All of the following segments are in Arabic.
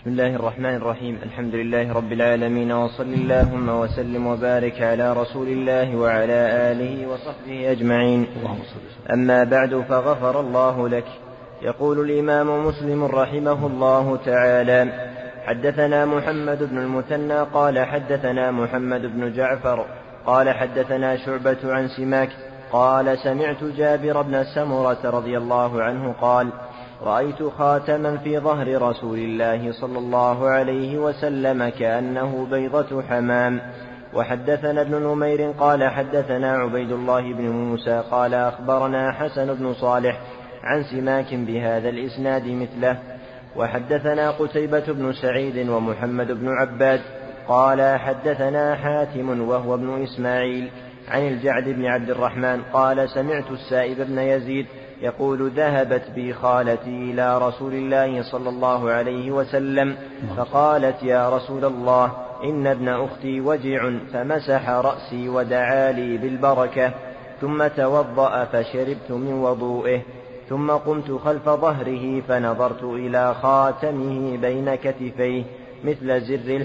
بسم الله الرحمن الرحيم. الحمد لله رب العالمين، وصل اللهم وسلم وبارك على رسول الله وعلى آله وصحبه أجمعين. أما بعد، فغفر الله لك. يقول الإمام مسلم رحمه الله تعالى: حدثنا محمد بن المثنى قال حدثنا محمد بن جعفر قال حدثنا شعبة عن سماك قال سمعت جابر بن سمرة رضي الله عنه قال: رأيت خاتما في ظهر رسول الله صلى الله عليه وسلم كأنه بيضة حمام. وحدثنا ابن نمير قال حدثنا عبيد الله بن موسى قال أخبرنا حسن بن صالح عن سماك بهذا الإسناد مثله. وحدثنا قتيبة بن سعيد ومحمد بن عباد قال حدثنا حاتم وهو ابن إسماعيل عن الجعد بن عبد الرحمن قال سمعت السائب بن يزيد يقول: ذهبت بي خالتي إلى رسول الله صلى الله عليه وسلم فقالت: يا رسول الله، إن ابن أختي وجع، فمسح رأسي ودعا لي بالبركة، ثم توضأ فشربت من وضوئه، ثم قمت خلف ظهره فنظرت إلى خاتمه بين كتفيه مثل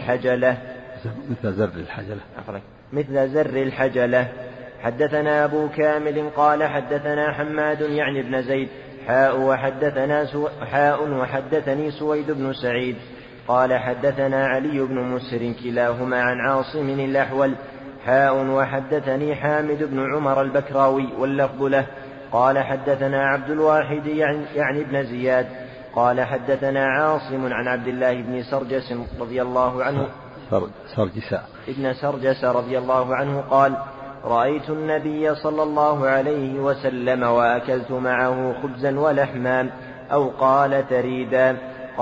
زر الحجلة. حدثنا أبو كامل قال حدثنا حماد يعني بن زيد وحدثني سويد بن سعيد قال حدثنا علي بن مسهر كلاهما عن عاصم الأحول وحدثني حامد بن عمر البكراوي واللفظ له قال حدثنا عبد الواحد يعني بن زياد قال حدثنا عاصم عن عبد الله بن سرجس رضي الله عنه سرجس رضي الله عنه قال: رأيت النبي صلى الله عليه وسلم وأكلت معه خبزا ولحما، أو قال تريدا.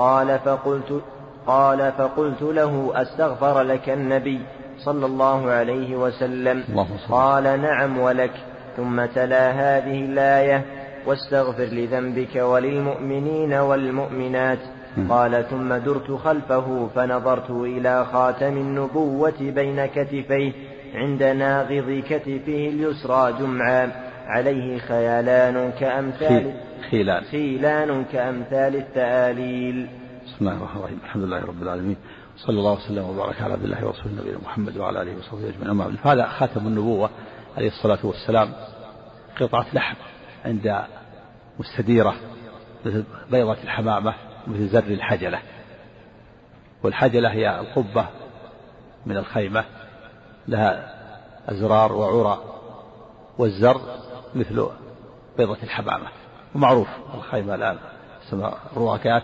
قال فقلت له: أستغفر لك النبي صلى الله عليه وسلم؟ قال: نعم ولك. ثم تلا هذه الآية: واستغفر لذنبك وللمؤمنين والمؤمنات. قال: ثم درت خلفه فنظرت إلى خاتم النبوة بين كتفيه عند ناغض كتفه اليسرى جمعا عليه خيلان كأمثال التآليل. بسم الله الرحمن الرحيم. الحمد لله رب العالمين، صلى الله وسلم وبارك على عبد الله ورسوله نبينا محمد وعلى آله وصحبه أجمعين. أما بعد، هذا خاتم النبوة عليه الصلاة والسلام، قطعة لحم عند مستديرة مثل بيضة الحمامة مثل زر الحجلة. والحجلة هي القبة من الخيمة، لها أزرار وعرى، والزر مثل بيضة الحمامة. ومعروف الخيمة الآن اسمها رواكات،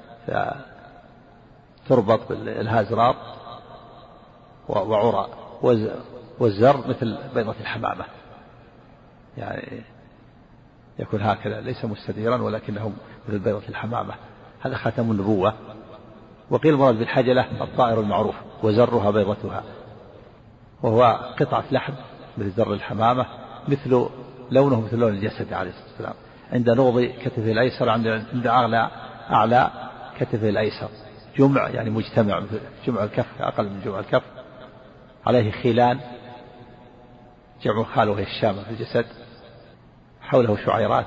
تربط لها أزرار وعرى، والزر مثل بيضة الحمامة، يعني يكون هكذا ليس مستديرا ولكنه مثل بيضة الحمامة. هذا خاتم النبوة. وقيل المراد بالحجلة الطائر المعروف، وزرها بيضتها، وهو قطعة لحم مثل زر الحمامة، لونه مثل لون الجسد عليه الصلاة والسلام، عند نوض كتفه الأيسر، عند أعلى كتفه الأيسر، جمع يعني مجتمع، مثل جمع الكف، أقل من جمع الكف، عليه خيلان، جمع خال وهي الشامة في الجسد، حوله شعيرات،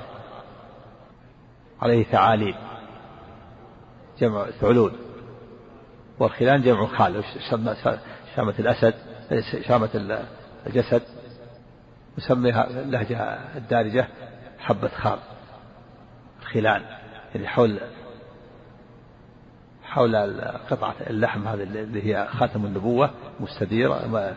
عليه ثعاليل، جمع ثعلول، والخيلان جمع خال، شامة الأسد، شامة الجسد، نسميها اللهجة الدارجة حبة خال. الخيلان يعني حول قطعة اللحم هذه اللي هي خاتم النبوة مستديرة،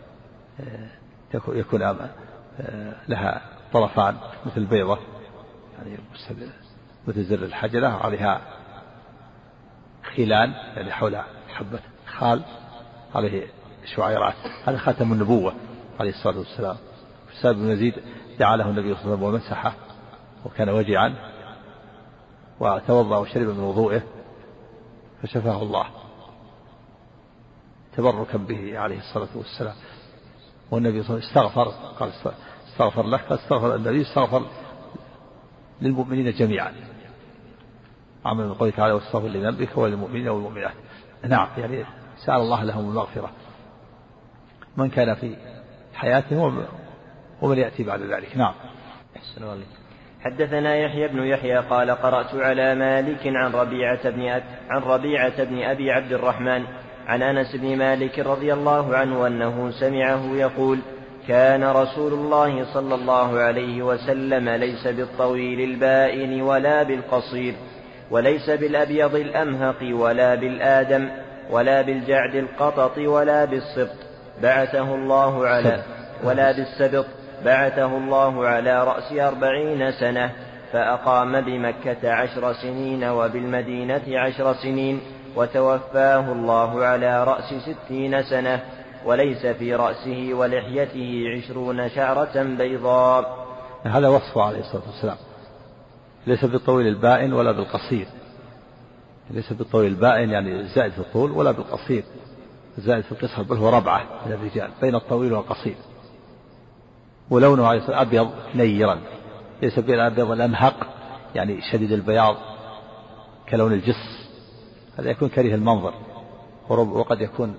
يكون لها طرفان مثل البيضة، يعني مثل زر الحجلة، عليها خيلان يعني حول حبة خال، عليه شعيرات. هذا خاتم النبوة عليه الصلاة والسلام. السائب بن يزيد دعا له النبي صلى الله عليه وسلم ومسحه، وكان وجعا، وتوضأ وشرب من وضوئه فشفاه الله تبركا به عليه الصلاة والسلام. والنبي صلى الله عليه وسلم استغفر، قال: استغفر لك. فاستغفر النبي، استغفر للمؤمنين جميعا، عمل من قوله تعالى: واستغفر لذنبك وللمؤمنين والمؤمنات. نعم، يعني سأل الله لهم المغفرة، من كان في حياته ومن يأتي بعد ذلك. نعم. حدثنا يحيى بن يحيى قال قرأت على مالك عن ربيعة بن أبي عبد الرحمن عن أنس بن مالك رضي الله عنه أنه سمعه يقول كان رسول الله صلى الله عليه وسلم ليس بالطويل البائن ولا بالقصير وليس بالأبيض الأمهق ولا بالآدم ولا بالجعد القطط ولا بالسبط بعثه الله على رأس 40 سنة فأقام بمكة 10 سنين وبالمدينة 10 سنين وتوفاه الله على رأس 60 سنة وليس في رأسه ولحيته 20 شعرة بيضاء. هذا وصفه عليه الصلاة والسلام، ليس بالطويل البائن ولا بالقصير. ليس بالطويل البائن يعني زائد في الطول، ولا بالقصير زائد في القصر، بل هو ربعة من الرجال بين الطويل والقصير. ولونه عليه الصلاة أبيض نيرا، ليس بالأبيض الأمهق يعني شديد البياض كلون الجص، هذا يكون كريه المنظر وقد يكون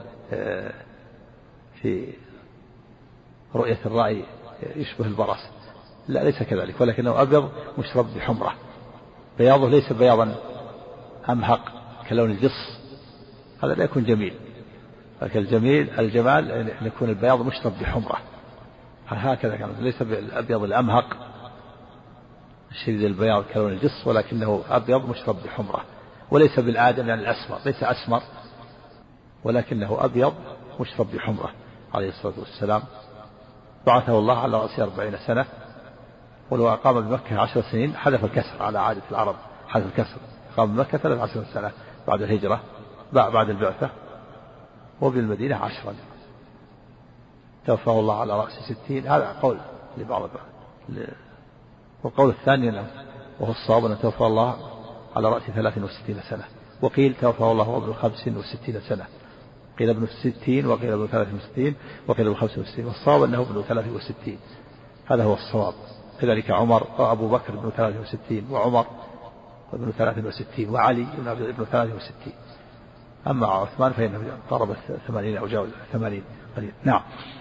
في رؤية الرأي يشبه البرص. لا، ليس كذلك، ولكنه أبيض مشرب بحمرة، بياضه ليس بياضا أمهق كلون الجص، هذا لا يكون جميل. لكن الجمال أن يكون البياض مشرب بحمرة، هكذا كان، ليس بالأبيض الأمهق شديد البياض كلون الجص، ولكنه أبيض مشرب بحمرة. وليس بالآدم يعني الأسمر، ليس أسمر ولكنه أبيض مشرب بحمرة عليه الصلاة والسلام. بعثه الله على رأس 40 سنة، ولو أقام بمكة 10 سنين حذف الكسر على عادة العرب، حذف الكسر، أقام بمكة 13 سنة بعد الهجرة بعد البعثة، وبالمدينة 10. توفاه الله على رأس 60. هذا قول لبعض والقول الثاني وهو الصواب أن توفى الله على رأس 63 سنة، وقيل توفاه الله وابن 65 سنة، قيل ابن 60 وقيل ابن 63 وقيل ابن 65، والصواب أنه ابن 63، هذا هو الصواب. كذلك عمر وأبو بكر ابن 63 وعمر ابن 63 وعلي ابن 63. أما عثمان فإنه قرب 80 أو جاوز 80 قليل. نعم.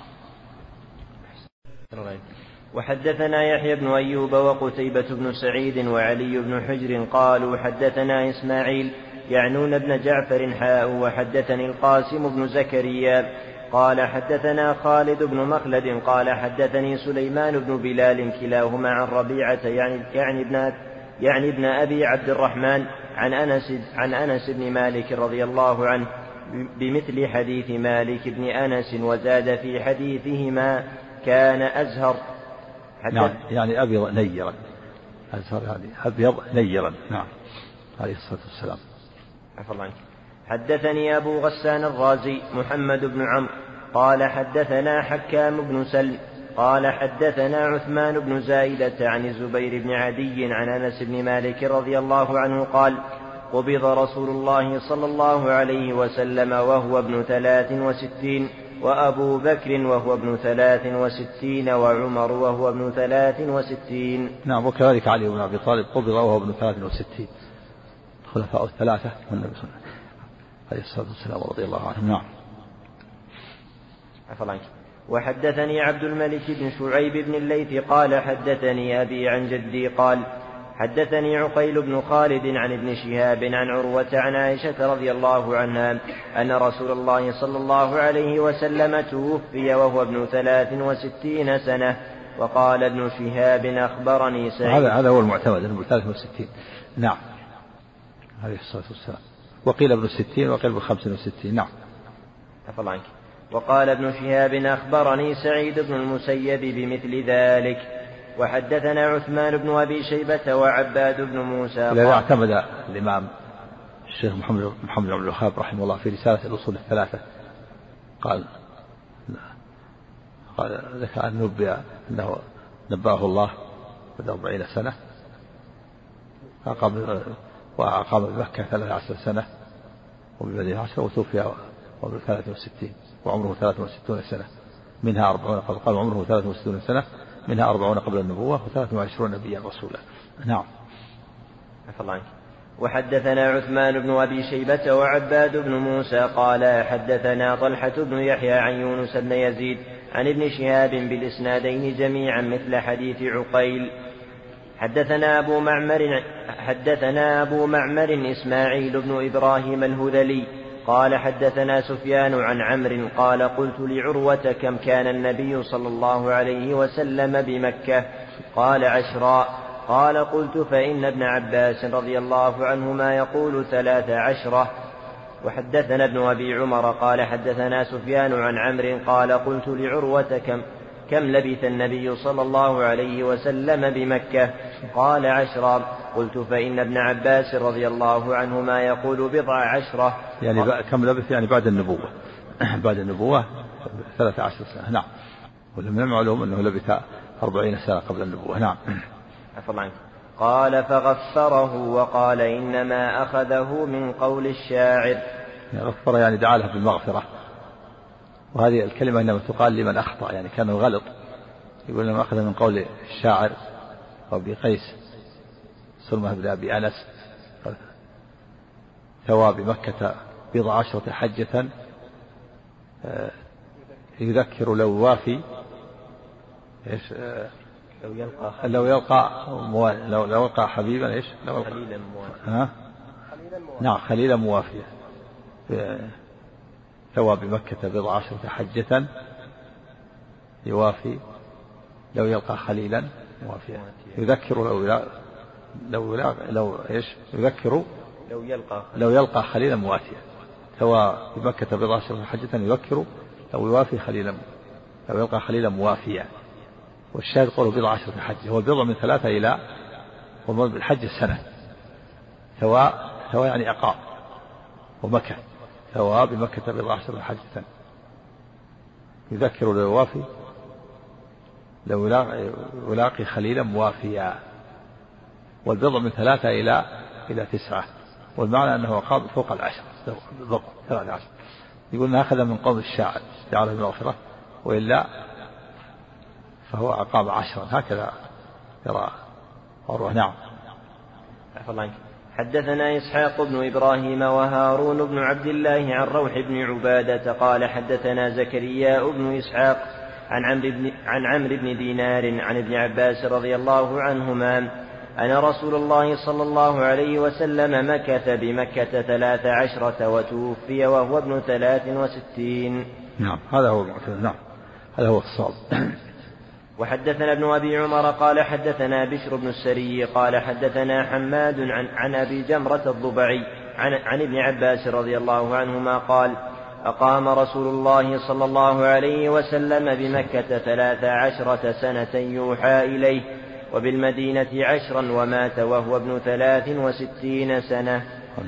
وحدثنا يحيى بن أيوب وقتيبة بن سعيد وعلي بن حجر قالوا حدثنا إسماعيل يعنون بن جعفر وحدثني القاسم بن زكريا قال حدثنا خالد بن مخلد قال حدثني سليمان بن بلال كلاهما عن ربيعة يعني ابن أبي عبد الرحمن عن أنس بن مالك رضي الله عنه بمثل حديث مالك بن أنس، وزاد في حديثهما كان أزهر. يعني أبيض نيرا، أزهر يعني أبيض نيرا. نعم عليه الصلاة والسلام. حدثني أبو غسان الرازي محمد بن عمرو قال حدثنا حكام بن سلم قال حدثنا عثمان بن زائدة عن الزبير بن عدي عن أنس بن مالك رضي الله عنه قال قبض رسول الله صلى الله عليه وسلم وهو ابن 63 وأبو بكر وهو ابن 63 وعمر وهو ابن 63. نعم. وكذلك علي بن أبي طالب قبض وهو ابن 63، خلفاء الثلاثة من النبي صلى الله عليه الصلاة والسلام رضي الله عنهم. نعم. وحدثني عبد الملك بن شعيب بن الليث قال حدثني أبي عن جدي قال حدثني عقيل بن خالد عن ابن شهاب عن عروة عن عائشة رضي الله عنها أن رسول الله صلى الله عليه وسلم توفي وهو ابن 63 سنة. وقال ابن شهاب أخبرني سعيد. هذا هو المعتمد، ابن 63. نعم عليه الصلاة والسلام. وقيل ابن 60 وقيل ابن 65. نعم. وقال ابن شهاب أخبرني سعيد بن المسيب بمثل ذلك. وحدثنا عثمان بن أبي شيبة وعباد بن موسى. إذا اعتمد الإمام الشيخ محمد بن عبد الوهاب رحمه الله في رسالة الأصول الثلاثة قال ذكر أنه نبأه الله بعد 40 سنة، وأقام بمكة 13 سنة وبمدينة 10، وتوفي وعمره 63 وعمره 63 سنة، منها 40 قال عمره 63 سنة منها 40 قبل النبوة و23 نبيا رسولا. نعم. وحدثنا عثمان بن أبي شيبة وعباد بن موسى قال حدثنا طلحة بن يحيى عن يونس بن يزيد عن ابن شهاب بالإسنادين جميعا مثل حديث عقيل. حدثنا أبو معمر إسماعيل بن إبراهيم الهذلي قال حدثنا سفيان عن عمرو قال قلت لعروة كم كان النبي صلى الله عليه وسلم بمكة؟ قال 10. قال قلت فإن ابن عباس رضي الله عنهما يقول 13. وحدثنا ابن أبي عمر قال حدثنا سفيان عن عمرو قال قلت لعروة كم لبث النبي صلى الله عليه وسلم بمكة؟ قال 10. قلت فإن ابن عباس رضي الله عنهما يقول 14. يعني كم لبث يعني بعد النبوة بعد النبوة 13 سنة. نعم. ولم المعلوم أنه لبث 40 سنة قبل النبوة. نعم. قال فغفره وقال إنما أخذه من قول الشاعر. غفر يعني دعا له بالمغفرة، وهذه الكلمة إنما تقال لمن أخطأ، يعني كان غلط، يقول لما أخذ من قول الشاعر أبي قيس سلمة بن أبي أنس ثوى بمكة 10 حجة يذكر لو وافي لو يلقى حبيبا ايش خليلا موافيا. نعم خليلا موافيا. ثوى بمكة 10 حجة يوافي لو يلقى خليلا موافيا. يذكر لو ايش يذكر لو يلقى خليلا موافيا. ثوى بمكة 10 حجة يذكر لو يوافي خليلا لو يلقى خليلا موافيا. والشاهد قوله 10 حجة، هو البضع من 3 إلى الحج السنة. ثوى يعني أقام ومكة. ثوى بمكة 10 حجة يذكر لو يوافي لو يلاقي خليلا موافيا. والبضع من 3 إلى 9، والمعنى أنه أقام فوق 10 بالضبط 13. يقول أخذ من قول الشاعر جعله المغفرة، وإلا فهو أقام 10 هكذا يرى عروة. نعم. حدثنا إسحاق بن إبراهيم وهارون بن عبد الله عن روح بن عبادة قال حدثنا زكريا بن إسحاق عن عمرو بن دينار عن ابن عباس رضي الله عنهما أن رسول الله صلى الله عليه وسلم مكث بمكة 13 وتوفي وهو ابن 63. نعم هذا هو المعتمد. نعم هذا هو الصواب. وحدثنا ابن أبي عمر قال حدثنا بشر بن السري قال حدثنا حماد عن أبي جمرة الضبعي عن ابن عباس رضي الله عنهما قال أقام رسول الله صلى الله عليه وسلم بمكة 13 سنة يوحى إليه وبالمدينة 10 ومات وهو ابن 63 سنة.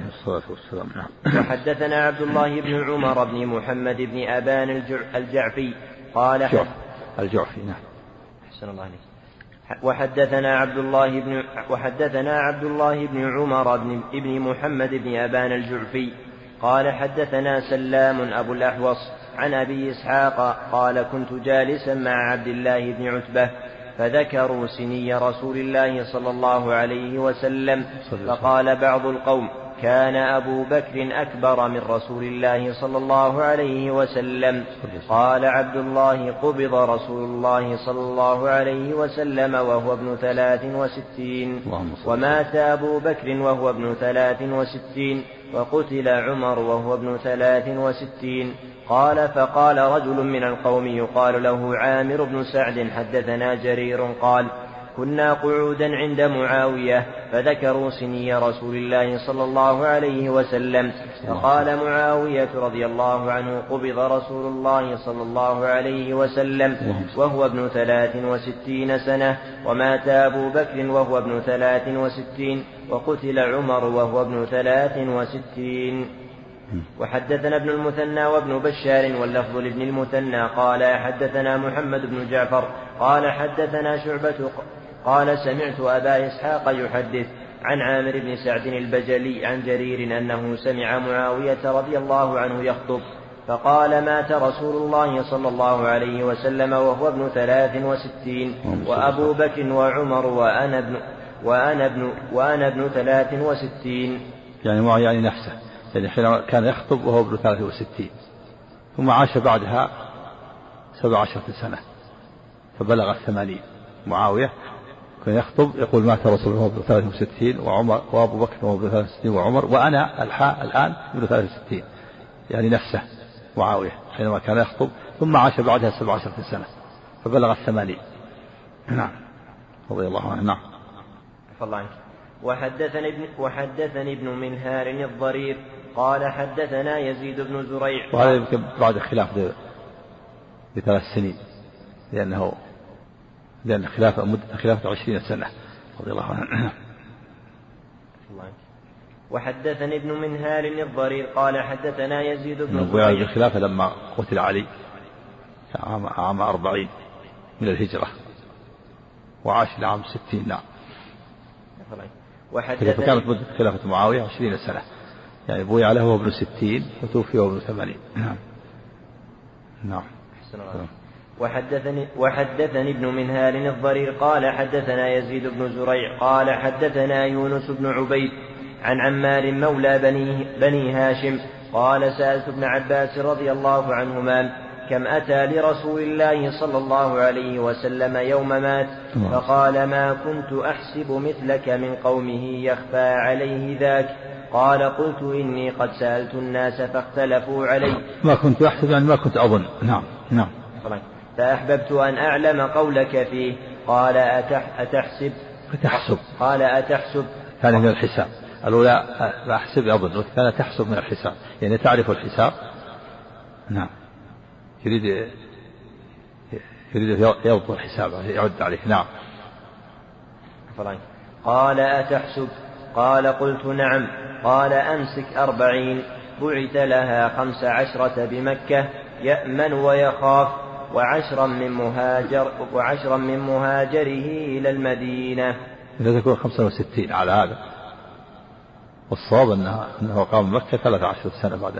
وحدثنا عبد الله بن عمر بن محمد بن أبان الجعفي قال الجعفي. نعم. أحسن الله عليك. وحدثنا عبد الله بن عمر بن محمد بن أبان الجعفي قال حدثنا سلام أبو الأحوص عن أبي إسحاق قال كنت جالسا مع عبد الله بن عتبة فذكروا سني رسول الله صلى الله عليه وسلم فقال بعض القوم كان أبو بكر أكبر من رسول الله صلى الله عليه وسلم. قال عبد الله قبض رسول الله صلى الله عليه وسلم وهو ابن 63 ومات أبو بكر وهو ابن 63 وقتل عمر وهو ابن 63. قال فقال رجل من القوم يقال له عامر بن سعد حدثنا جرير قال كنا قعودا عند معاوية فذكروا سني رسول الله صلى الله عليه وسلم فقال معاوية رضي الله عنه قبض رسول الله صلى الله عليه وسلم وهو ابن 63 سنة ومات أبو بكر وهو ابن 63 وقتل عمر وهو ابن 63. وحدثنا ابن المثنى وابن بشار واللفظ لابن المثنى قال حدثنا محمد بن جعفر قال حدثنا شعبة قال سمعت أبا إسحاق يحدث عن عامر بن سعد البجلي عن جرير أنه سمع معاوية رضي الله عنه يخطب فقال مات رسول الله صلى الله عليه وسلم وهو ابن 63 وأبو بكر وعمر وأنا ابن 63. يعني معه يعني نفسه، يعني حين كان يخطب وهو ابن 63 ثم عاش بعدها 17 سنة فبلغ 80 معاوية كان يخطب يقول مات رسول الله ابن 63 وعمر وأبو بكر ابن 63 وعمر وأنا الآن ابن 63، يعني نفسه معاوية حينما كان يخطب، ثم عاش بعدها 17 سنة فبلغ 80. نعم رضي الله عنه. نعم. الله عنك. وحدثني ابن منهار الضرير قال حدثنا يزيد بن زريع، وهذا يمكن بعد خلاف ب3 سنين، لأن خلافة 20 سنة رضي الله عنه. وحدثني ابن منهار الضرير قال حدثنا يزيد بن زريع بالخلافة لما قتل علي عام 40 من الهجرة وعاش لعام 60. نعم. فكانت مدة خلافة معاوية 20 سنة، يعني بويع له ابن 60 وتوفي ابن 80. نعم. نعم. وحدثني ابن منهار الضرير قال حدثنا يزيد بن زريع قال حدثنا يونس بن عبيد عن عمار مولى بني هاشم قال سألت ابن عباس رضي الله عنهما كم أتى لرسول الله صلى الله عليه وسلم يوم مات؟ فقال ما كنت أحسب مثلك من قومه يخفى عليه ذاك. قال قلت إني قد سألت الناس فاختلفوا علي. ما كنت أحسب يعني ما كنت أظن. نعم. نعم. فأحببت أن أعلم قولك فيه. قال أتحسب؟ قال أتحسب ثاني من الحساب. الأولى أحسب أظن، والثانية تحسب من الحساب، يعني تعرف الحساب. نعم. يريد يضبط الحساب يعد عليه. نعم. قال أتحسب؟ قال قلت نعم. قال أمسك 40 بعث لها 15 بمكة يأمن ويخاف وعشرا من مهاجره إلى المدينة. إذا تكون 65 على هذا، والصواب أنه قام مكة 13 سنة بعد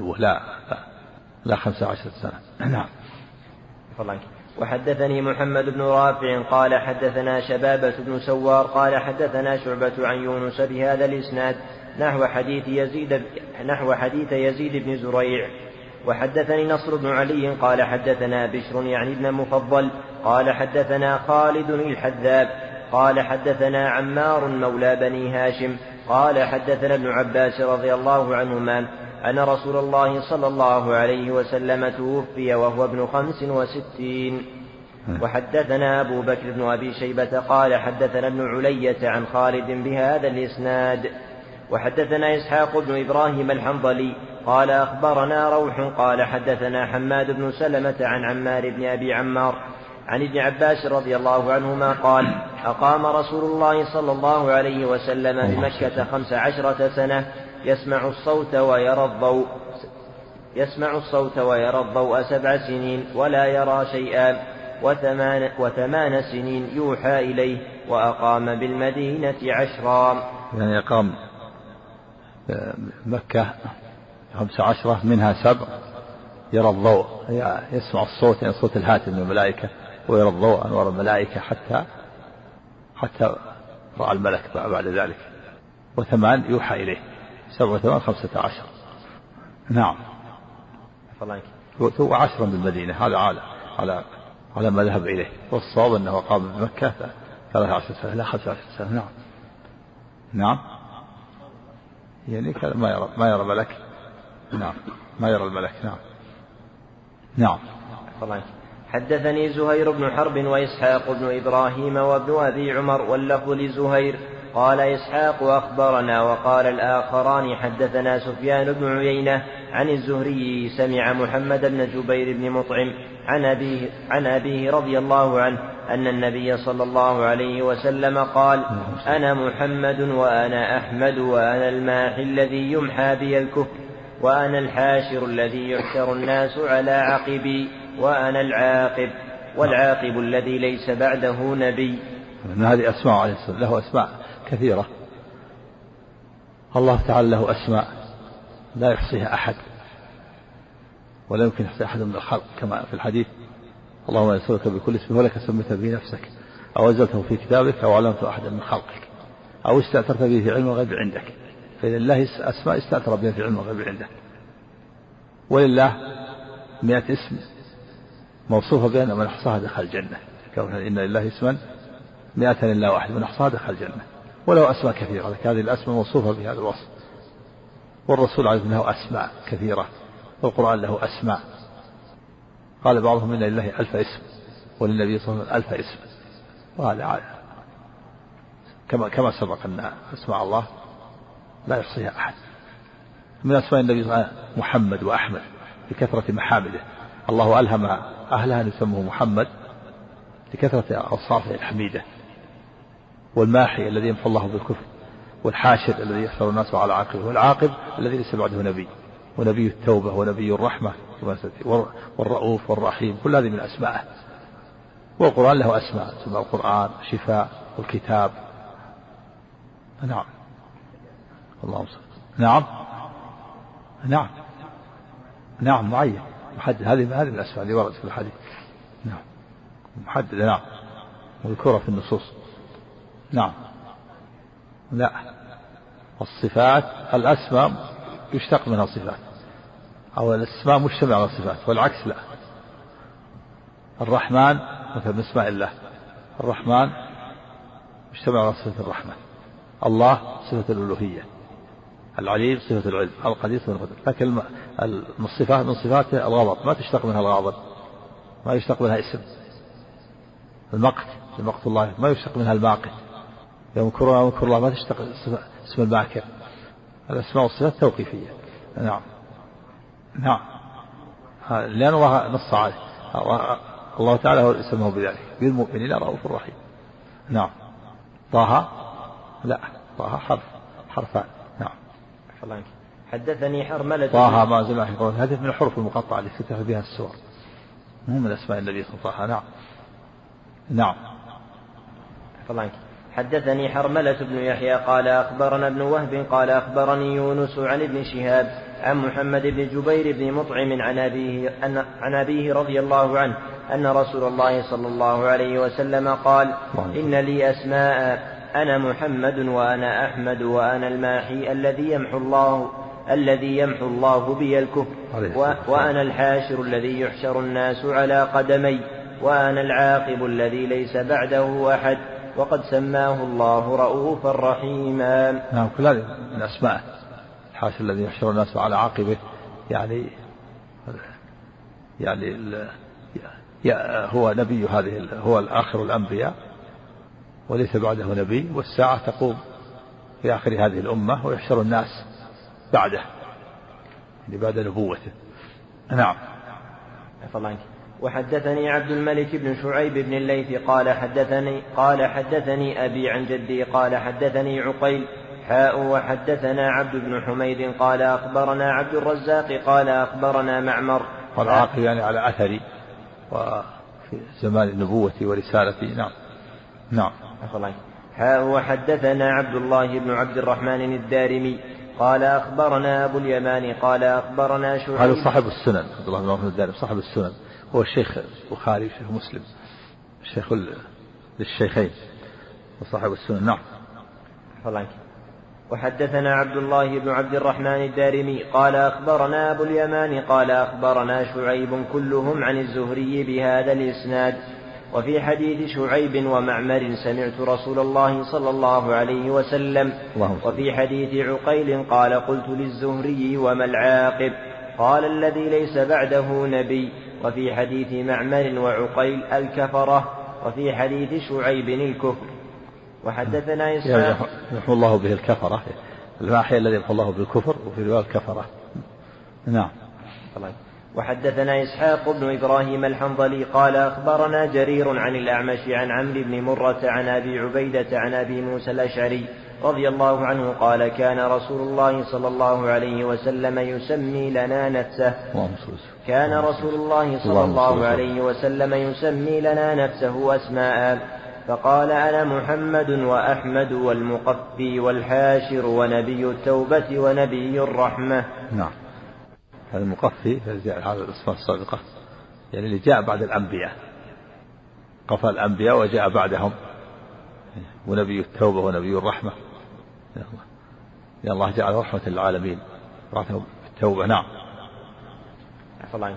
لا 15 سنة. نعم. وحدثني محمد بن رافع قال حدثنا شبابة بن سوار قال حدثنا شعبة عن يونس بهذا الإسناد نحو حديث يزيد بن زريع. وحدثني نصر بن علي قال حدثنا بشر يعني ابن مفضل قال حدثنا خالد الحذاب قال حدثنا عمار مولى بني هاشم قال حدثنا ابن عباس رضي الله عنهما أن رسول الله صلى الله عليه وسلم توفي وهو ابن 65. وحدثنا أبو بكر بن أبي شيبة قال حدثنا ابن علية عن خالد بهذا الإسناد. وحدثنا إسحاق بن إبراهيم الحنظلي قال أخبرنا روح قال حدثنا حماد بن سلمة عن عمار بن أبي عمار عن ابن عباس رضي الله عنهما قال أقام رسول الله صلى الله عليه وسلم بمكة 15 سنة يسمع الصوت ويرى الضوء 7 سنين ولا يرى شيئا 8 سنين يوحى إليه وأقام بالمدينة 10. يعني أقام مكة 15 منها 7 يرى الضوء، يسمع الصوت يعني صوت الهاتف من الملائكة، ويرى الضوء أنوار الملائكة حتى رأى الملك بعد ذلك، و8 يوحى إليه، 7 و8 15. نعم. و10 بالمدينة، هذا على ما ذهب إليه، والصواب أنه قام بمكة 13 سنة لا 15 سنة. نعم. نعم. يعني ما يرى ملك. نعم. ما يرى الملك. نعم. نعم. حدثني زهير بن حرب وإسحاق بن إبراهيم وابن أبي عمر واللفظ لزهير قال إسحاق أخبرنا وقال الآخران حدثنا سفيان بن عيينة عن الزهري سمع محمد بن جبير بن مطعم عن أبيه رضي الله عنه أن النبي صلى الله عليه وسلم قال أنا محمد وأنا أحمد وأنا الماحي الذي يمحى بي الكفر وأنا الحاشر الذي يحشر الناس على عقبي وأنا العاقب والعاقب الذي ليس بعده نبي. هذه أسماء عليه الصلاة له أسماء كثيرة، الله تعالى له أسماء لا يحصيها أحد ولا يمكن يحصي أحد من الخلق، كما في الحديث اللهم يسألك بكل اسم ولك سميت به نفسك أو أنزلته في كتابك أو علمته أحدا من خلقك أو استأثرت به في علم الغيب عندك. فلله أسماء استأثر بها في علم الغيب عنده، ولله 100 اسم موصوفة بأن من أحصاها دخل الجنة، كون إن لله اسما 100 إلا واحد من أحصاها دخل الجنة، وله أسماء كثيرة، هذه الأسماء موصوفة بهذا الوصف. والرسول عليه له أسماء كثيرة، والقرآن له أسماء، قال بعضهم إن لله 1000 اسم وللنبي صلى الله عليه وسلم 1000 اسم، وهذا كما سبق أن أسماء الله لا يحصيها أحد. من أسماء النبي صلى الله عليه وسلم محمد وأحمد لكثرة محامده، الله ألهم أهلها أن يسموه محمد لكثرة أوصافه الحميدة. والماحي الذي يمحو الله بالكفر، والحاشر الذي يحشر الناس على عاقبه، والعاقب الذي ليس بعده نبي، ونبي التوبة ونبي الرحمة والرؤوف والرحيم، كل هذه من أسمائه. والقرآن له أسماء، سمى القرآن شفاء والكتاب. نعم اللهم صل. نعم نعم نعم معين محدد، هذه من الأسماء اللي وردت في الحديث. نعم محددة، نعم مذكورة في النصوص. نعم لا، الصفات الأسماء يشتق منها الصفات، أو الأسماء مجتمع على الصفات، والعكس لا. الرحمن مثل من اسماء الله، الرحمن مجتمع على صفة الرحمة، الله صفة الألوهية، العليم صفة العلم، القدير صفة القدر. لكن الصفات من صفاته الغضب، ما تشتق منها الغضب، ما يشتق منها اسم. المقت لمقت الله ما يشتق منها الماقت، يمكرون ويمكر الله ما تشتق اسم الماكر. الأسماء والصفات توقيفية. نعم نعم، لأن الله نص عليه، الله تعالى هو اسمه بذلك، بالمؤمنين رؤوف رحيم. نعم. طه لا، طه حرفان. نعم. حدثني حرملة طه ما زال يقول هذه من الحروف المقطعة التي تفتح بها السور، مو من أسماء النبي صلى الله عليه وسلم. نعم نعم. حدثني حرملة بن يحيى قال أخبرنا ابن وهب قال أخبرني يونس عن ابن شهاب عن محمد بن جبير بن مطعم عن أبيه رضي الله عنه أن رسول الله صلى الله عليه وسلم قال: إن لي أسماء، أنا محمد وأنا أحمد وأنا الماحي الذي يمحو الله بي الكفر، وأنا الحاشر الذي يحشر الناس على قدمي، وأنا العاقب الذي ليس بعده أحد، وقد سماه الله رؤوفا رحيما. نعم كل هذه من أسماء. الحاشر الذي يحشر الناس على عاقبه، يعني هو نبي هذه، هو الآخر الأنبياء وليس بعده نبي، والساعة تقوم في آخر هذه الأمة ويحشر الناس بعده، يعني بعد نبوته. نعم. وحدثني عبد الملك بن شعيب بن الليث قال حدثني أبي عن جدي قال حدثني عقيل وحدثنا عبد بن حميد قال أخبرنا عبد الرزاق قال أخبرنا معمر. والعاقل يعني على أثري وفي زمان النبوة ورسالتي. نعم نعم. وحدثنا عبد الله بن عبد الرحمن الدارمي قال أخبرنا أبو اليمان قال أخبرنا شعيب. هذا صاحب السنن، عبد الله بن عبد الدارمي صاحب السنن، هو الشيخ البخاري وشيخ مسلم، الشيخ للشيخين وصاحب السنن. نعم. وحدثنا عبد الله بن عبد الرحمن الدارمي قال أخبرنا أبو اليمان قال أخبرنا شعيب كلهم عن الزهري بهذا الإسناد. وفي حديث شعيب ومعمر سمعت رسول الله صلى الله عليه وسلم. وفي حديث عقيل قال قلت للزهري وما العاقب؟ قال الذي ليس بعده نبي. وفي حديث معمر وعقيل الكفرة. وفي حديث شعيب الكفر. وحدثنا إسحاق يمحو الله به الكفرة، الماحي الذي يمحو الله بالكفر، وفي رواية الكفرة. نعم. وحدثنا إسحاق بن إبراهيم الحنظلي قال أخبرنا جرير عن الأعمش عن عمرو بن مرة عن أبي عبيدة عن أبي موسى الأشعري رضي الله عنه قال كان رسول الله صلى الله عليه وسلم يسمي لنا نفسه. كان رسول الله صلى الله عليه وسلم يسمي لنا نفسه أسماء، فقال أنا محمد وأحمد والمقفي والحاشر ونبي التوبة ونبي الرحمة. نعم. هذا المقفي هذا الأسماء السابقة، يعني اللي جاء بعد الأنبياء، قفى الأنبياء وجاء بعدهم، ونبي التوبة ونبي الرحمة، يا الله جعل رحمة للعالمين بعثهم التوبة. نعم.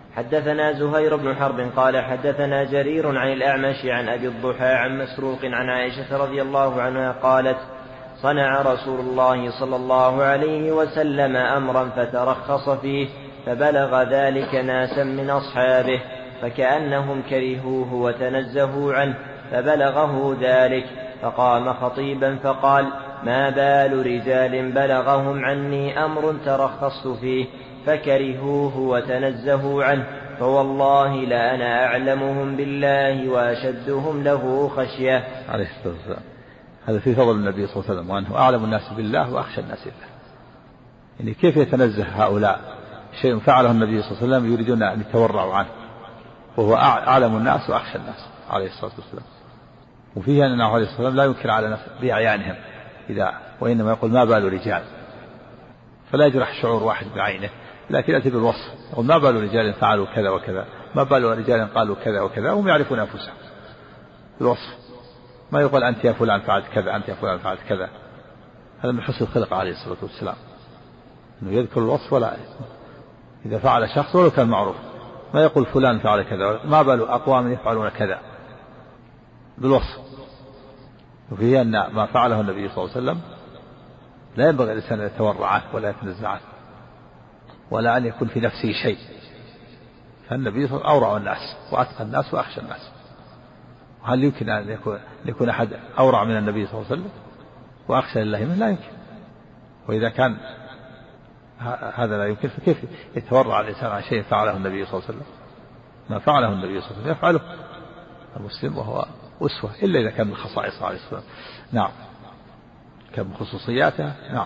حدثنا زهير بن حرب قال حدثنا جرير عن الأعمش عن أبي الضحى عن مسروق عن عائشة رضي الله عنها قالت صنع رسول الله صلى الله عليه وسلم أمرا فترخص فيه فبلغ ذلك ناسا من أصحابه فكأنهم كرهوه وتنزهوا عنه فبلغه ذلك فقام خطيبا فقال ما بال رجال بلغهم عني أمر ترخصت فيه فكرهوه وتنزهوا عنه فوالله لأنا أعلمهم بالله وأشدهم له خشية. عليه الصلاة والسلام. هذا في فضل النبي صلى الله عليه وسلم وأنه أعلم الناس بالله وأخشى الناس بالله. يعني كيف يتنزه هؤلاء شيء فعله النبي صلى الله عليه وسلم يريدون أن يتورعوا عنه وهو أعلم الناس وأخشى الناس عليه الصلاة والسلام. وفيه أنه عليه الصلاة والسلام لا ينكر على نفسه بأعيانهم وإنما يقول ما بال رجال فلا يجرح شعور واحد بعينه لكن يأتي بالوصف يقول ما بال رجال فعلوا كذا وكذا ما بال رجال قالوا كذا وكذا وهم يعرفون أنفسهم بالوصف ما يقول أنت يا فلان فعلت كذا أنت يا فلان فعلت كذا. هذا من حسن الخلق عليه الصلاة والسلام أنه يذكر الوصف ولا إذا فعل شخص ولو كان معروف ما يقول فلان فعل كذا ما بال أقوام يفعلون كذا بالوصف. وفيه أن ما فعله النبي صلى الله عليه وسلم لا ينبغي الإنسان أن يتورع عنه ولا يتنزع عنه ولا أن يكون في نفسه شيء. فالنبي صلى الله عليه وسلم أورع الناس وأتقى الناس وأخشى الناس. وهل يمكن أن يكون أحد أورع من النبي صلى الله عليه وسلم وأخشى لله منه؟ لا يمكن. وإذا كان هذا لا يمكن فكيف يتورع الإنسان عن شيء فعله النبي صلى الله عليه وسلم؟ ما فعله النبي صلى الله عليه وسلم يفعله المسلم وهو أسوة إلا إذا كان من خصائصه عليه الصلاة والسلام. نعم كان من خصوصياته. نعم.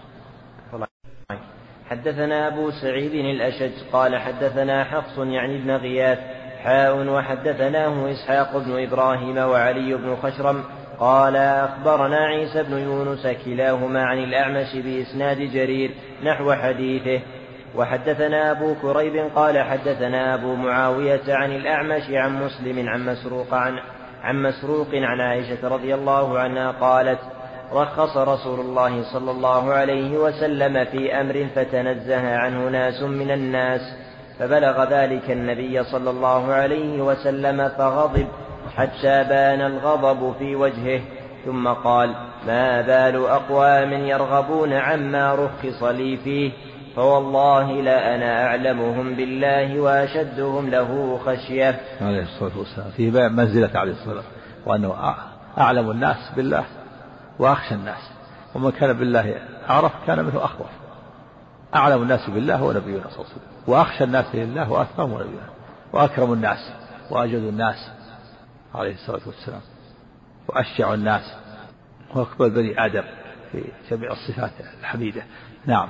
حدثنا أبو سعيد الأشج قال حدثنا حفص يعني ابن غياث وحدثناه إسحاق بن إبراهيم وعلي بن خشرم قال أخبرنا عيسى بن يونس كلاهما عن الأعمش بإسناد جرير نحو حديثه. وحدثنا أبو كريب قال حدثنا أبو معاوية عن الأعمش عن مسلم عن مسروق عن عائشة رضي الله عنها قالت رخص رسول الله صلى الله عليه وسلم في أمر فتنزه عنه ناس من الناس فبلغ ذلك النبي صلى الله عليه وسلم فغضب حتى بان الغضب في وجهه ثم قال ما بال أقوام يرغبون عما رخص لي فيه فوالله لأنا أعلمهم بالله وأشدهم له خشية. عليه الصلاة والسلام فيه منزلة عليه الصلاة والسلام وأنه أعلم الناس بالله وأخشى الناس ومن كان بالله أعرف كان منه أخوف. أعلم الناس بالله هو نبينا صلى الله عليه وسلم وأخشى الناس لله وأتقاهم نبينا وأكرم الناس وأجود الناس عليه الصلاة والسلام وأشجع الناس وأكبر بني آدم في جميع الصفات الحميدة. نعم.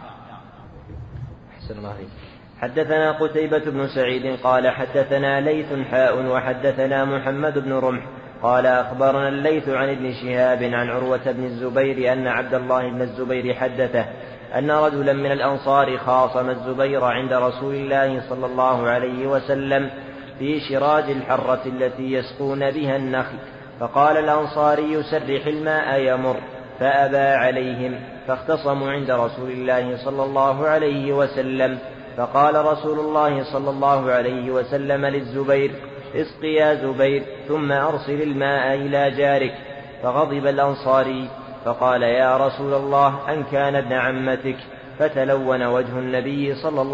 حدثنا قتيبة بن سعيد قال حدثنا ليث وحدثنا محمد بن رمح قال أخبرنا الليث عن ابن شهاب عن عروة بن الزبير أن عبد الله بن الزبير حدثه أن رجلا من الأنصار خاصم الزبير عند رسول الله صلى الله عليه وسلم في شراج الحرة التي يسقون بها النخل فقال الأنصاري سرح الماء يمر فأبى عليهم فاختصموا عند رسول الله صلى الله عليه وسلم فقال رسول الله صلى الله عليه وسلم للزبير اسق يا زبير ثم أرسل الماء إلى جارك فغضب الأنصاري فقال يا رسول الله أن كان ابن عمتك فتلون وجه نبي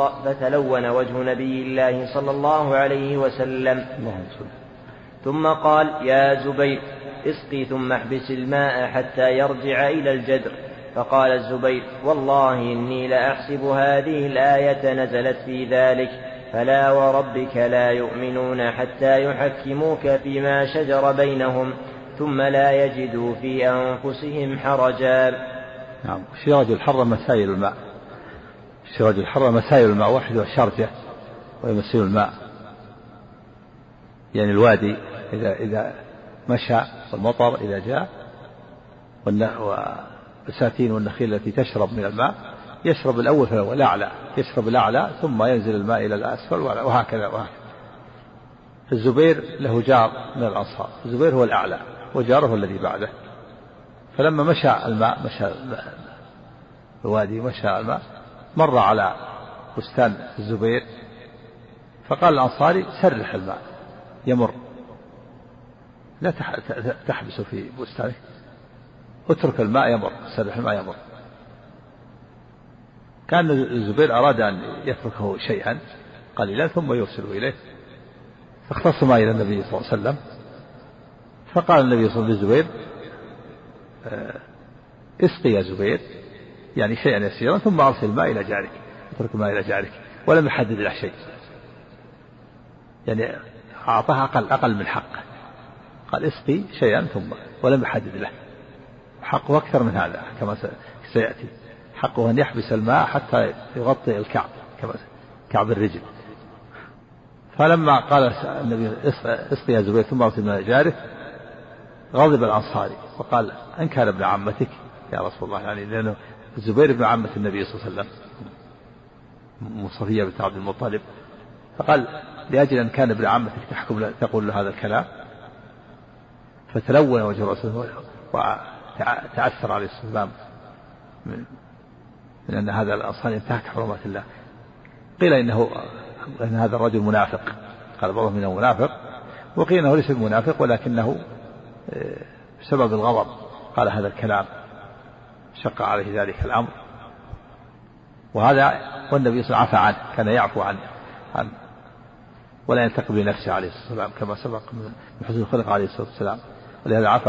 الله صلى الله عليه وسلم ثم قال يا زبير اسقي ثم احبس الماء حتى يرجع إلى الجدر فقال الزبير والله إني لأحسب هذه الآية نزلت في ذلك فلا وربك لا يؤمنون حتى يحكموك فيما شجر بينهم ثم لا يجدوا في أنفسهم حرجا. نعم. شراج الحرة مسائل الماء. شراج الحرة مسائل الماء واحد وشرجة ويمسيل الماء يعني الوادي إذا مشى والمطر إذا جاء والبساتين والنخيل التي تشرب من الماء يشرب الأول فهو الأعلى يشرب الأعلى ثم ينزل الماء إلى الأسفل وهكذا. الزبير له جار من الأنصار الزبير هو الأعلى وجاره الذي بعده فلما مشى الماء مشى الوادي مشى الماء مر على بستان الزبير فقال الأنصاري سرح الماء يمر، لا تحبسه في بستانك، اترك الماء يمر، سرح الماء يمر. كان الزبير أراد أن يتركه شيئا قليلا ثم يرسل إليه، فاختصم إلى النبي صلى الله عليه وسلم، فقال النبي صلى الله عليه وسلم للزبير اسقي يا زبير، يعني شيئا يسيرا، ثم أرسل الماء إلى جارك، اترك الماء إلى جارك، ولم يحدد له شيء، يعني أعطاه أقل من حقه، قال اسقي شيئا ثم، ولم يحدد له. حقه أكثر من هذا كما سيأتي، حقه أن يحبس الماء حتى يغطي الكعب كما كعب الرجل. فلما قال النبي اسقي يا زبير ثم أرسل الماء إلى جارك، غضب الأنصاري وقال أن كان ابن عمتك يا رسول الله، يعني لأنه الزبير ابن عمة النبي صلى الله عليه وسلم صفية بنت عبد المطلب، فقال لأجل أن كان ابن عمتك تقول له هذا الكلام. فتلون وجه رسول وتعثر عليه السلام من أن هذا الأنصاري انتهك حرمات الله. قيل إن هذا الرجل منافق، قال بعضهم إنه منافق، وقيل إنه ليس منافق ولكنه بسبب الغضب قال هذا الكلام، شق عليه ذلك الأمر. وهذا والنبي صلى الله عليه وسلم عفى عنه، كان يعفو عنه ولا ينتقم لنفسه عليه الصلاة والسلام كما سبق من حسن الخلق عليه الصلاة والسلام، ولهذا عفى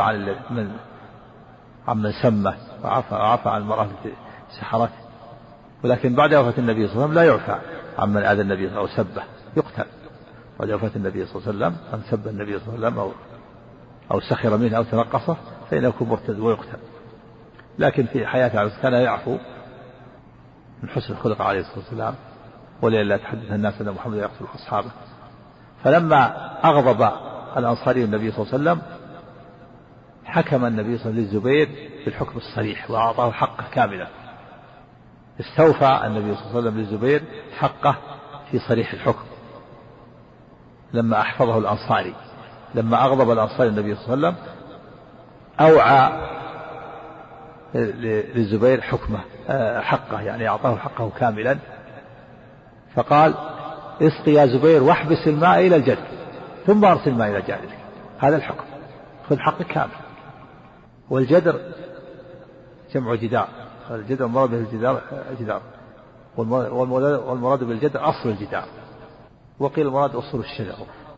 عمن سمه، وعفى عن المرأة سحرته. ولكن بعد وفاة النبي صلى الله عليه وسلم لا يعفى عمن آذى النبي أو سبه، يقتل. بعد وفاة النبي صلى الله عليه وسلم من سب النبي صلى الله عليه وسلم أو سخر منه أو تنقصه فإنه يكون مرتد ويقتل. لكن في حياته عليه كان يعفو من حسن الخلق عليه الصلاة والسلام، ولئلا يتحدث الناس أن محمد يقتل أصحابه. فلما أغضب الأنصاري النبي صلى الله عليه وسلم، حكم النبي صلى الله عليه وسلم للزبير بالحكم الصريح وأعطاه حقه كاملا. استوفى النبي صلى الله عليه وسلم للزبير حقه في صريح الحكم لما أحفظه الأنصاري. لما أغضب الأنصاري النبي صلى الله عليه وسلم أوعى للزبير حقه، يعني أعطاه حقه كاملا، فقال اسقي يا زبير واحبس الماء إلى الجد ثم أرسل الماء إلى جارك. هذا الحكم، خذ حقك كامل. والجدر جمع جدار، الجدر المراد به الجدار، والمراد بالجدر أصل الجدار، وقيل المراد أصول الشجر.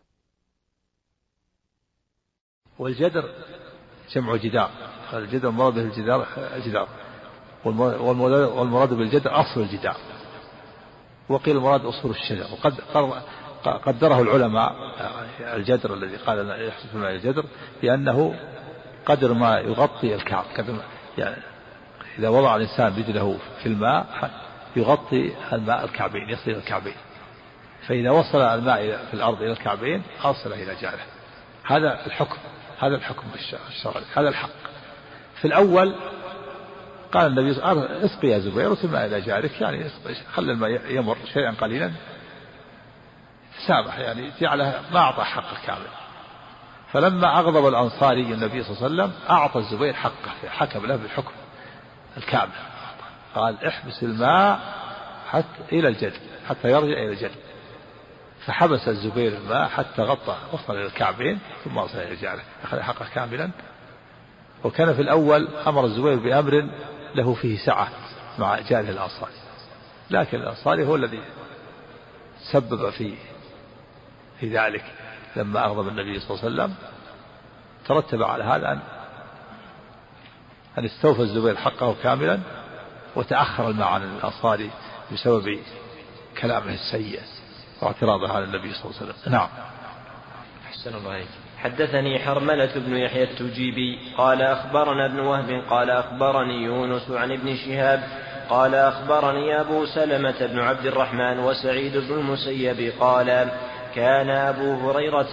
والجدر جمع جدار، الجدر المراد به الجدار، والمراد بالجدر أصل الجدار، وقيل المراد أصول الشجر. وقد قدره العلماء الجدر الذي قال يحسب الماء الجدر بأنه قدر ما يغطي الكعب، يعني إذا وضع الإنسان رجله في الماء يغطي الماء الكعبين، يصل إلى الكعبين، فإذا وصل الماء في الأرض إلى الكعبين أوصله إلى جاره. هذا الحكم الشرعي، هذا الحق. في الأول قال النبي صلى الله عليه وسلم اسقي يا زبير وارسل الماء إلى جارك، يعني خلى الماء يمر شيئا قليلا، سامح، يعني جعله ما أعطى حقه كامل. فلما أغضب الأنصاري النبي صلى الله عليه وسلم أعطى الزبير حقه، حكم له بالحكم الكامل، قال احبس الماء حتى إلى الجد، حتى يرجع إلى الجد. فحبس الزبير الماء حتى وصل إلى الكعبين ثم وصل إلى جاره، أخذ حقه كاملا. وكان في الأول أمر الزبير بأمر له فيه سعة مع جاره الأنصاري، لكن الأنصاري هو الذي سبب في ذلك. لما أغضب النبي صلى الله عليه وسلم ترتب على هذا أن استوفى الزبير حقه كاملا، وتأخر الماء عن الأنصاري بسبب كلامه السيء واعتراضه على النبي صلى الله عليه وسلم. نعم. أحسن الله عليك. حدثني حرملة بن يحيى التجيبي قال أخبرنا ابن وهب قال أخبرني يونس عن ابن شهاب قال أخبرني أبو سلمة بن عبد الرحمن وسعيد بن المسيب قال كان أبو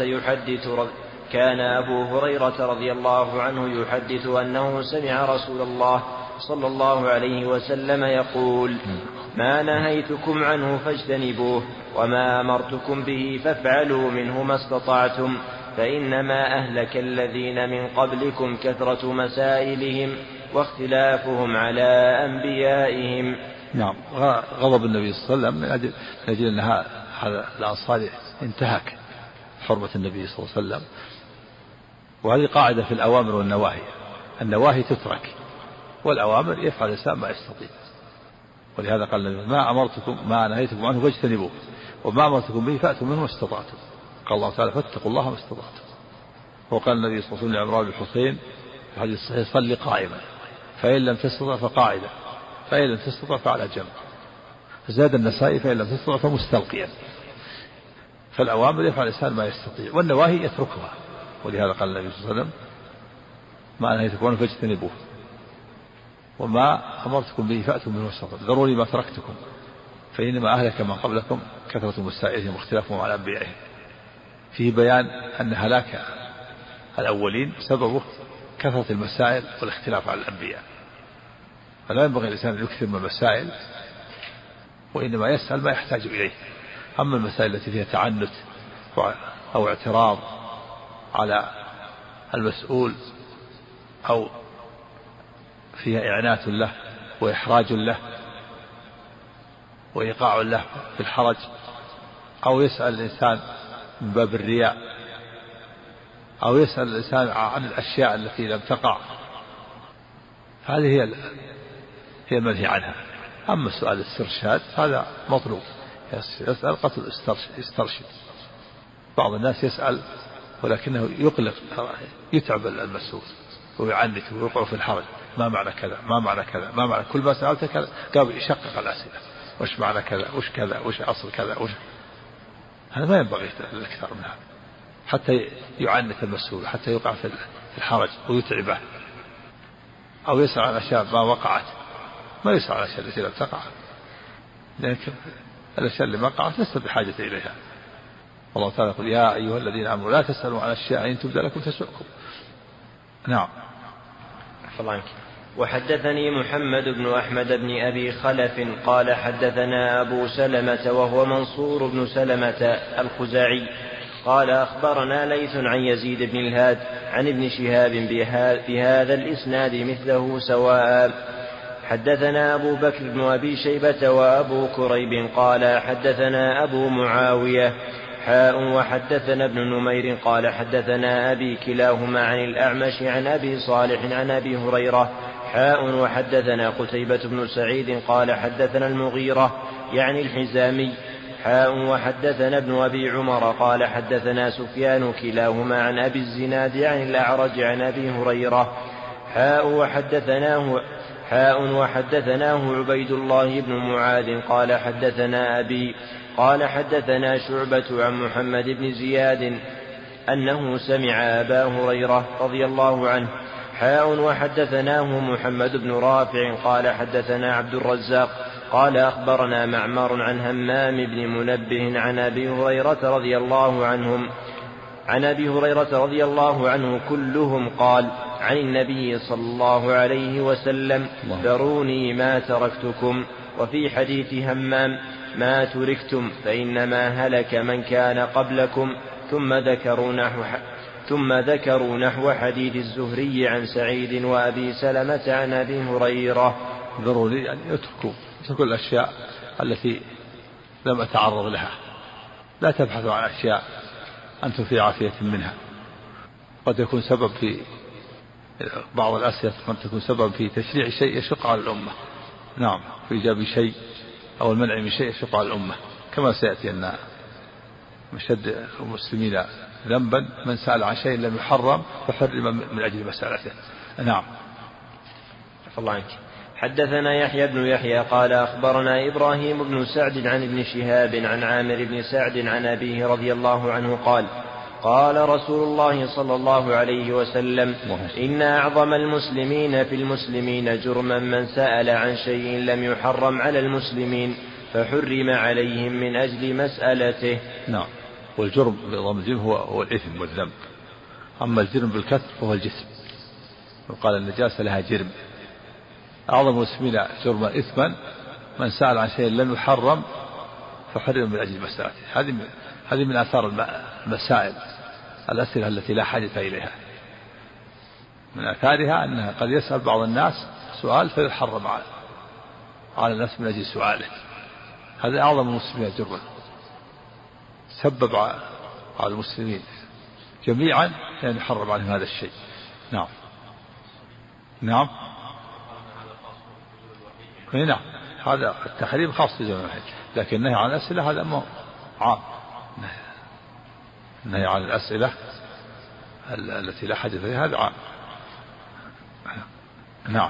هريرة رضي الله عنه يحدث أنه سمع رسول الله صلى الله عليه وسلم يقول ما نهيتكم عنه فاجتنبوه وما أمرتكم به فافعلوا منه ما استطعتم فإنما أهلك الذين من قبلكم كثرة مسائلهم واختلافهم على أنبيائهم. نعم. غضب النبي صلى الله عليه وسلم من أجل أن أحد الأنصار انتهك حرمة النبي صلى الله عليه وسلم. وهذه قاعدة في الأوامر والنواهي، النواهي تترك والأوامر يفعل الإنسان ما يستطيع. ولهذا قال النبي ما نهيتكم عنه فاجتنبوه وما أمرتكم به فأتوا منه ما استطعتم. قال الله تعالى فاتقوا الله ما استطعتم. وقال النبي صلى الله عليه وسلم لعمران بن الحصين في الحديث الصحيح صل قائما فإن لم تستطع فقاعدا فإن لم تستطع فعلى جنب. زاد النسائي فإن لم تستطع فمستلقيا. فالأوامر يفعل الإنسان ما يستطيع والنواهي يتركها. ولهذا قال النبي صلى الله عليه وسلم ما نهيتكم عنه فاجتنبوه وما أمرتكم به فأتوا منه ما استطعتم. ذروني ما تركتكم فإنما أهلك من قبلكم كثرة مسائلهم واختلافهم على أنبيائهم. فيه بيان أن هلاك الأولين سببه كثرة المسائل والاختلاف على الأنبياء. فلا ينبغي الإنسان أن يكثر من المسائل وإنما يسأل ما يحتاج إليه. أما المسائل التي فيها تعنت أو اعتراض على المسؤول أو فيها إعنات له وإحراج له وإيقاع له في الحرج أو يسأل الإنسان من باب الرياء أو يسأل الإنسان عن الأشياء التي لم تقع، هذه هي المنهي عنها. أما سؤال الاسترشاد هذا مطلوب، يسأل قتل يسترشد. بعض الناس يسأل ولكنه يقلق يتعب المسؤول ويعنت ويوقع في الحرج. ما معنى كذا ما معنى كذا ما معنى كل ما سألت كذا قام يشقق الأسئلة وش معنى كذا وش كذا وش أصل كذا وش. هذا ما ينبغي الأكثر منها حتى يعنت المسؤول حتى يوقع في الحرج ويتعبه. أو يسأل عن أشياء ما وقعت، ما يسأل عن الأشياء التي لم تقع، لكن الأشياء اللي وقعت لست بحاجة إليها. والله تعالى يقول يا أيها الذين آمنوا لا تسألوا عن أشياء إن تبد لكم تسؤكم. نعم. وحدثني محمد بن أحمد بن أبي خلف قال حدثنا أبو سلمة وهو منصور بن سلمة الخزاعي قال أخبرنا ليث عن يزيد بن الهاد عن ابن شهاب بهذا الإسناد مثله سواء. حدثنا أبو بكر بن أبي شيبة وأبو كريب قال حدثنا أبو معاوية وحدثنا ابن نمير قال حدثنا أبي كلاهما عن الأعمش عن أبي صالح عن أبي هريرة وحدثنا قتيبة بن سعيد قال حدثنا المغيرة يعني الحزامي وحدثنا ابن أبي عمر قال حدثنا سفيان كلاهما عن أبي الزناد عن الأعرج عن أبي هريرة وحدثناه عبيد الله بن معاذ قال حدثنا أبي قال حدثنا شعبة عن محمد بن زياد أنه سمع أبا هريرة رضي الله عنه وحدثناه محمد بن رافع قال حدثنا عبد الرزاق قال أخبرنا معمر عن همام بن منبه عن أبي هريرة رضي الله عنه كلهم قال عن النبي صلى الله عليه وسلم ذروني ما تركتكم. وفي حديث همام ما تركتم فإنما هلك من كان قبلكم. ثم ذكروا نحو حديث الزهري عن سعيد وأبي سلمة عن أبي هريرة. ذروني يعني اتركوا الأشياء التي لم أتعرض لها، لا تبحثوا عن أشياء أنتم في عافية منها. قد يكون سبب في بعض الأسئلة قد تكون سبب في تشريع شيء يشق على الأمة. نعم، في إيجاب شيء أو المنع من شيء يشق على الأمة، كما سيأتي أن مشد المسلمين ذنبا من سأل عن شيء لم يحرم فحرم من أجل مسألته. نعم. الله عنك. حدثنا يحيى بن يحيى قال أخبرنا إبراهيم بن سعد عن ابن شهاب عن عامر بن سعد عن أبيه رضي الله عنه قال قال رسول الله صلى الله عليه وسلم إن أعظم المسلمين في المسلمين جرما من سأل عن شيء لم يحرم على المسلمين فحرم عليهم من أجل مسألته. نعم. والجرم بضم الجرم هو الإثم والذنب، أما الجرم بالكسر فهو الجسم. وقال النجاسة لها جرم. أعظم المسلمين جرما إثما من سأل عن شيء لم يحرم فحرم من أجل مسألته. هذه من آثار المسائل الأسئلة التي لا حاجة إليها. من آثارها أنها قد يسأل بعض الناس سؤال فيحرم على الناس من أجل سؤاله. هذا أعظم المسلمين جرما. سبب على المسلمين جميعا يعني يحرم عليهم هذا الشيء. نعم نعم نعم، هذا التحريم خاص بزمن الحج، لكن النهي عن الأسئلة هذا عام. النهي عن الأسئلة التي لا حاجة فيها هذا عام. نعم.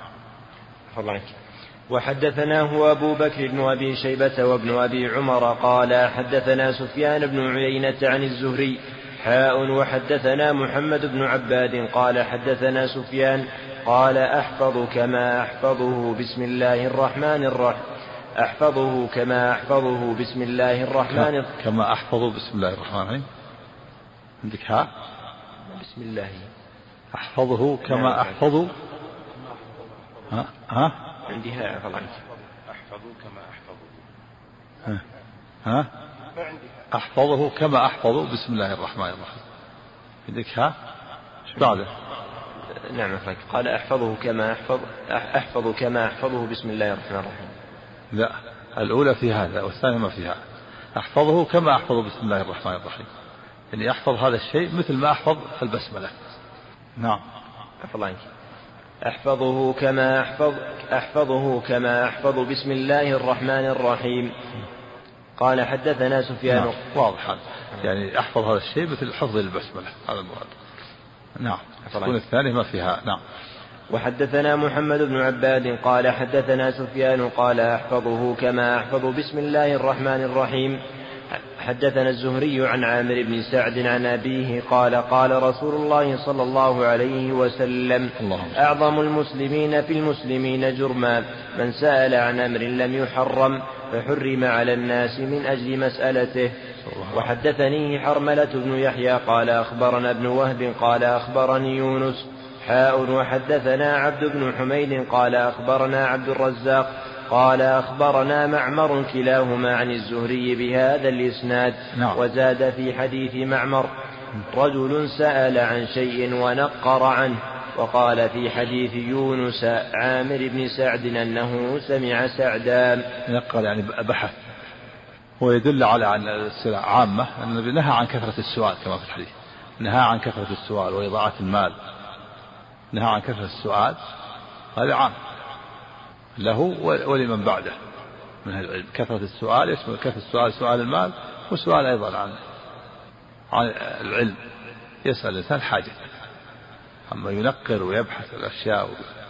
وحدثناه أبو بكر بن أبي شيبة وابن أبي عمر قال حدثنا سفيان بن عيينة عن الزهري وحدثنا محمد بن عباد قال حدثنا سفيان قال أحفظ كما أحفظه بسم الله الرحمن الرحيم أحفظه كما أحفظه بسم الله الرحمن كما أحفظه بسم الله الرحمن الرحيم. عندك ها بسم الله أحفظه كما أحفظه ها عندي ها أحفظه كما أحفظه أحفظه كما أحفظه بسم الله الرحمن الرحيم. عندك ها ايش بعده؟ نعم قال أحفظه كما أحفظه بسم الله الرحمن الرحيم. لا، الأولى في هذا والثانية ما فيها. أحفظه كما أحفظه بسم الله الرحمن الرحيم، يعني أحفظ هذا الشيء مثل ما أحفظ البسملة. نعم. أحفظه كما أحفظ بسم الله الرحمن الرحيم. قال حدثنا سفيان. نعم. واضح هذا، يعني أحفظ هذا الشيء مثل حفظ البسملة، هذا المراد. نعم. تكون الثانية ما فيها. نعم. وحدثنا محمد بن عباد قال حدثنا سفيان قال أحفظه كما أحفظ بسم الله الرحمن الرحيم. حدثنا الزهري عن عامر بن سعد عن أبيه قال قال رسول الله صلى الله عليه وسلم أعظم المسلمين في المسلمين جرما من سأل عن أمر لم يحرم فحرم على الناس من أجل مسألته. وحدثني حرملة بن يحيى قال أخبرنا ابن وهب قال أخبرني يونس وحدثنا عبد بن حميد قال أخبرنا عبد الرزاق قال أخبرنا معمر كلاهما عن الزهري بهذا الإسناد. وزاد في حديث معمر رجل سأل عن شيء ونقر عنه. وقال في حديث يونس عامر بن سعد أنه سمع سعدان. نقر يعني بحث، ويدل على أن السلع عامة، أن النبي نهى عن كثرة السؤال كما في الحديث، نهى عن كثرة السؤال وإضاعة المال، نهى عن كثرة السؤال، هذا عام له ولمن بعده من العلم. كثرة السؤال يشمل كثرة السؤال سؤال المال، وسؤال أيضا عن العلم، يسأل الإنسان حاجة. أما ينقر ويبحث الأشياء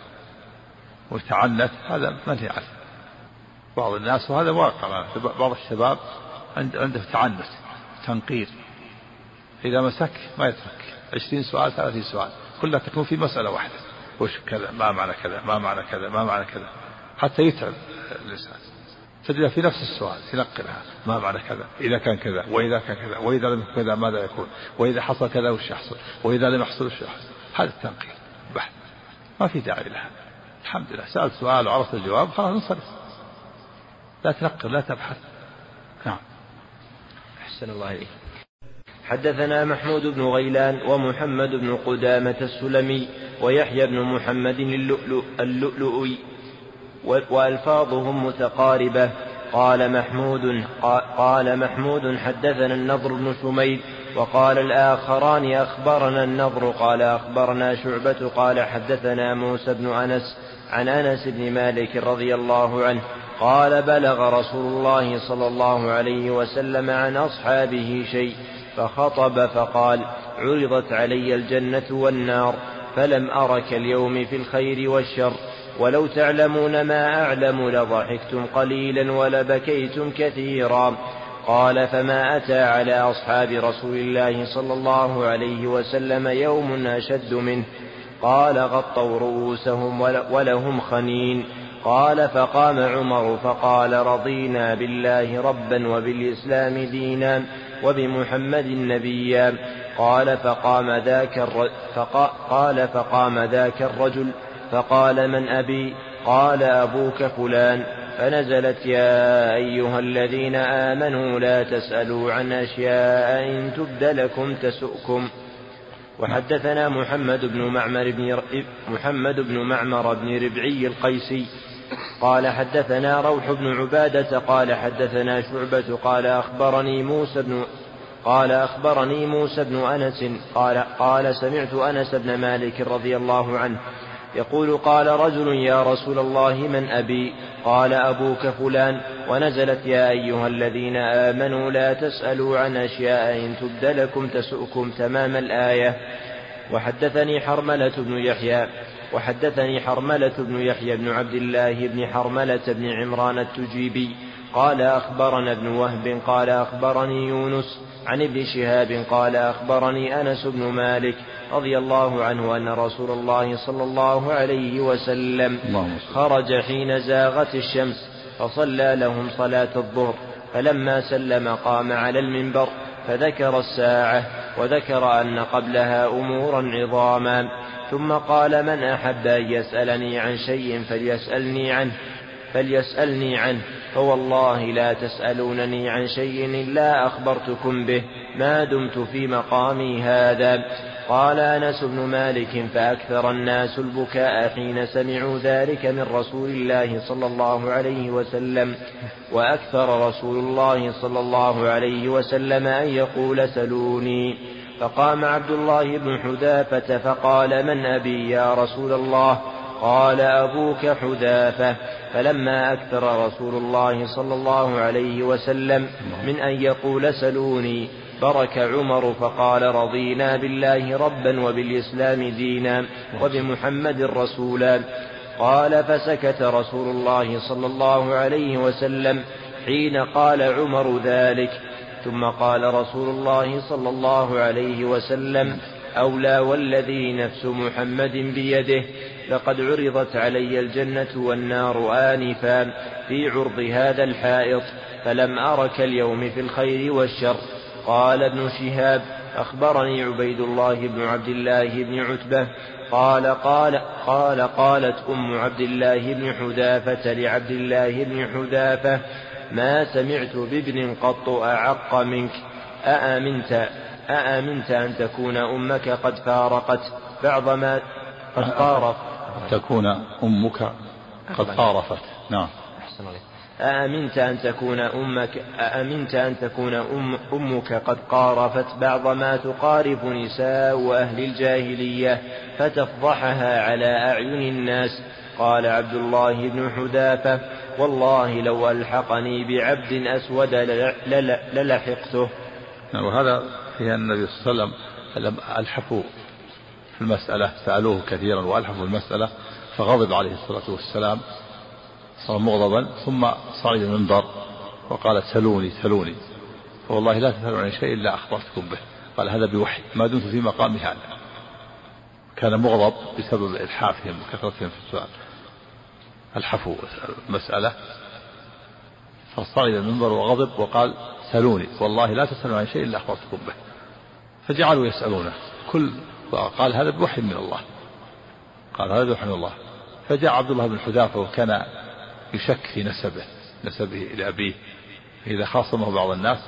ويتعنت هذا منهي عنه. بعض الناس وهذا واقع، بعض الشباب عنده تعنت تنقير، إذا مسك ما يترك 20 سؤال 30 سؤال كلها تكون في مسألة واحدة، وش كذا ما معنى كذا ما معنى كذا ما معنى كذا، حتى يتعب الإنسان. تجد في نفس السؤال ينقلها ما معنى كذا، إذا كان كذا وإذا كان كذا وإذا لم يكن كذا ماذا يكون، وإذا حصل كذا وش يحصل، وإذا لم يحصل وش يحصل. هذا التنقيل بحث ما في داعي لها. الحمد لله سألت سؤال وعرفت الجواب خلاص انصرف، لا تنقل لا تبحث. نعم. أحسن الله إليك. حدثنا محمود بن غيلان ومحمد بن قدامة السلمي ويحيى بن محمد اللؤلؤي وألفاظهم متقاربة. قال محمود حدثنا النضر بن شميل وقال الآخران أخبرنا النضر قال أخبرنا شعبة قال حدثنا موسى بن أنس عن أنس بن مالك رضي الله عنه قال بلغ رسول الله صلى الله عليه وسلم عن أصحابه شيء فخطب فقال عرضت علي الجنة والنار فلم أرك اليوم في الخير والشر ولو تعلمون ما أعلم لضحكتم قليلا ولبكيتم كثيرا. قال فما أتى على أصحاب رسول الله صلى الله عليه وسلم يوم أشد منه. قال غطوا رؤوسهم ولهم خنين. قال فقام عمر فقال رضينا بالله ربا وبالإسلام دينا وبمحمد نبيا. قال فقام ذاك الرجل فقال من أبي؟ قال أبوك فلان. فنزلت يا أيها الذين آمنوا لا تسألوا عن أشياء إن تبد لكم تسؤكم. وحدثنا محمد بن معمر بن ربعي القيسي قال حدثنا روح بن عبادة قال حدثنا شعبة قال أخبرني موسى بن أنس قال سمعت أنس بن مالك رضي الله عنه يقول قال رجل يا رسول الله من أبي؟ قال أبوك فلان. ونزلت يا أيها الذين آمنوا لا تسألوا عن أشياء إن تبد لكم تسؤكم تمام الآية. وحدثني حرملة بن يحيى بن عبد الله بن حرملة بن عمران التجيبي قال أخبرنا ابن وهب قال أخبرني يونس عن ابن شهاب قال أخبرني أنس بن مالك رضي الله عنه أن رسول الله صلى الله عليه وسلم خرج حين زاغت الشمس فصلى لهم صلاة الظهر، فلما سلم قام على المنبر فذكر الساعة وذكر أن قبلها أمورا عظاما، ثم قال من أحب أن يسألني عن شيء فليسألني عنه، فوالله لا تسألونني عن شيء إلا أخبرتكم به ما دمت في مقامي هذا. قال أنس بن مالك فأكثر الناس البكاء حين سمعوا ذلك من رسول الله صلى الله عليه وسلم، وأكثر رسول الله صلى الله عليه وسلم أن يقول سلوني. فقام عبد الله بن حذافة فقال من أبي يا رسول الله؟ قال أبوك حذافة. فلما أكثر رسول الله صلى الله عليه وسلم من أن يقول سلوني برك عمر فقال رضينا بالله ربا وبالإسلام دينا وبمحمد رسولا. قال فسكت رسول الله صلى الله عليه وسلم حين قال عمر ذلك، ثم قال رسول الله صلى الله عليه وسلم أولى والذي نفس محمد بيده لقد عرضت علي الجنة والنار آنفا في عرض هذا الحائط فلم أرك اليوم في الخير والشر. قال ابن شهاب أخبرني عبيد الله بن عبد الله بن عتبة قالت أم عبد الله بن حذافة لعبد الله بن حذافة ما سمعت بابن قط أعق منك، أأمنت أن تكون أمك قد فارقت بعض ما قد قارف تكون أمك قد قارفت. نعم. أأمنت أن تكون أمك قد قارفت بعض ما تقارف نساء أهل الجاهلية فتفضحها على أعين الناس. قال عبد الله بن حذافة والله لو ألحقني بعبد أسود للحقته. وهذا فيها النبي صلى الله عليه وسلم لم ألحفوا في المسألة، سألوه كثيرا وألحفوا المسألة فغضب عليه الصلاة والسلام، صار مغضبا، ثم صعد المنبر وقال سلوني فوالله لا تسألوا عن شيء إلا أخبرتكم به. قال هذا بوحي ما دمت في مقام هذا. كان مغضب بسبب إلحافهم وكثرتهم في السؤال، ألحفوا المسألة فصعد المنبر وغضب وقال سلوني والله لا تسألوا عن شيء إلا أخبرتكم به. فجعلوا يسألونه قال هذا بوحي من الله. فجاء عبد الله بن حذافة وكان يشك في نسبه إلى أبيه، إذا خاصمه بعض الناس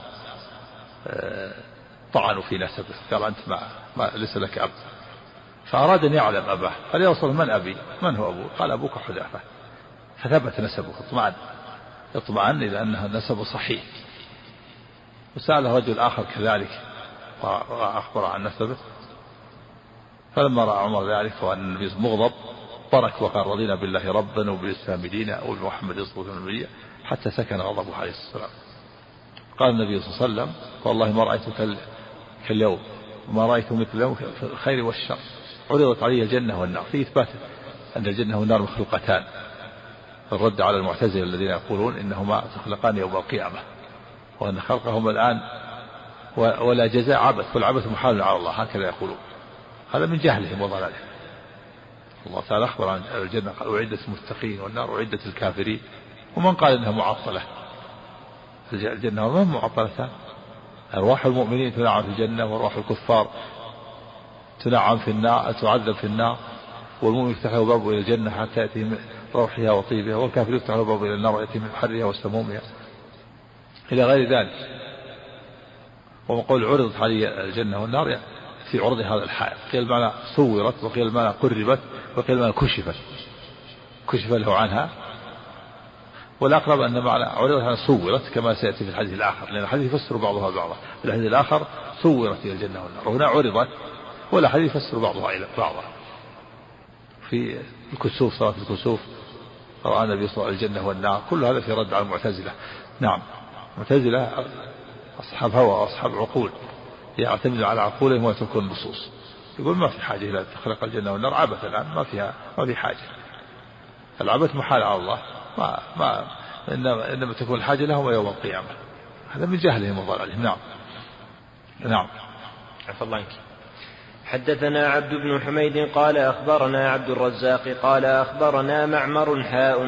طعنوا في نسبه، قال أنت ما ليس لك أب، فأراد أن يعلم أباه، قال يا رسول من أبي؟ من هو أبوه؟ قال أبوك حذافة. فثبت نسبه، اطمأن إلى أنه نسبه صحيح. وسأل رجل آخر كذلك وأخبر عن نسبه، فلما رأى عمر ذلك وأن النبي مغضب برك وقال رضينا بالله ربا وبالإسلام دينا وبمحمد صلى الله عليه وسلم حتى سكن غضبه عليه السلام. قال النبي صلى الله عليه وسلم والله ما رأيت كاليوم وما رأيت مثل اليوم في الخير والشر، عرضت علي الجنة والنار، في إثبات أن الجنة والنار مخلوقتان، الرد على المعتزلة الذين يقولون إنهما تخلقان يوم القيامة وأن خلقهم الآن ولا جزاء عبث، والعبث محال على الله، هكذا يقولون. هذا من جهلهم وضلالهم. الله تعالى أخبر عن الجنة قال أعدت المتقين والنار أعدت الكافرين، ومن قال إنها معطلة؟ الجنة والنار معطلتان، أرواح المؤمنين تنعم في الجنة وأرواح الكفار تنعم في النار، تعذب في النار، والمؤمن يفتح له باب إلى الجنة حتى يأتي من روحها وطيبها، والكافر يفتح له باب إلى النار ويأتي من حرها وسمومها إلى غير ذلك. وقول عرضت علي الجنة والنار يعني في عرض هذا الحائط، قيل المعنى صورت، وقيل المعنى قربت، وقيل المعنى كشف له عنها والأقرب أن معنى عرضت صورت كما سيأتي في الحديث الآخر، لأن الحديث يفسر بعضها بعضا. في الحديث الآخر صورت إلى الجنة والنار، وهنا عرضت، ولا حديث يفسر بعضها إلى بعضها. في الكسوف، صلاة الكسوف رأى النبي صلى الله عليه وسلم الجنة والنار، كل هذا في رد على المعتزلة. نعم، المعتزلة أصحاب هوى وأصحاب عقول، يعتمد على عقولهم ويتركون النصوص، يقول ما في حاجة إلى تخلق الجنة والنار عبث، الآن ما في حاجة، العبث محال على الله، إنما تكون الحاجة لهم يوم القيامة. هذا من جهلهم وضلالهم. نعم. عفى الله عنك. حدثنا عبد بن حميد قال أخبرنا عبد الرزاق قال أخبرنا معمر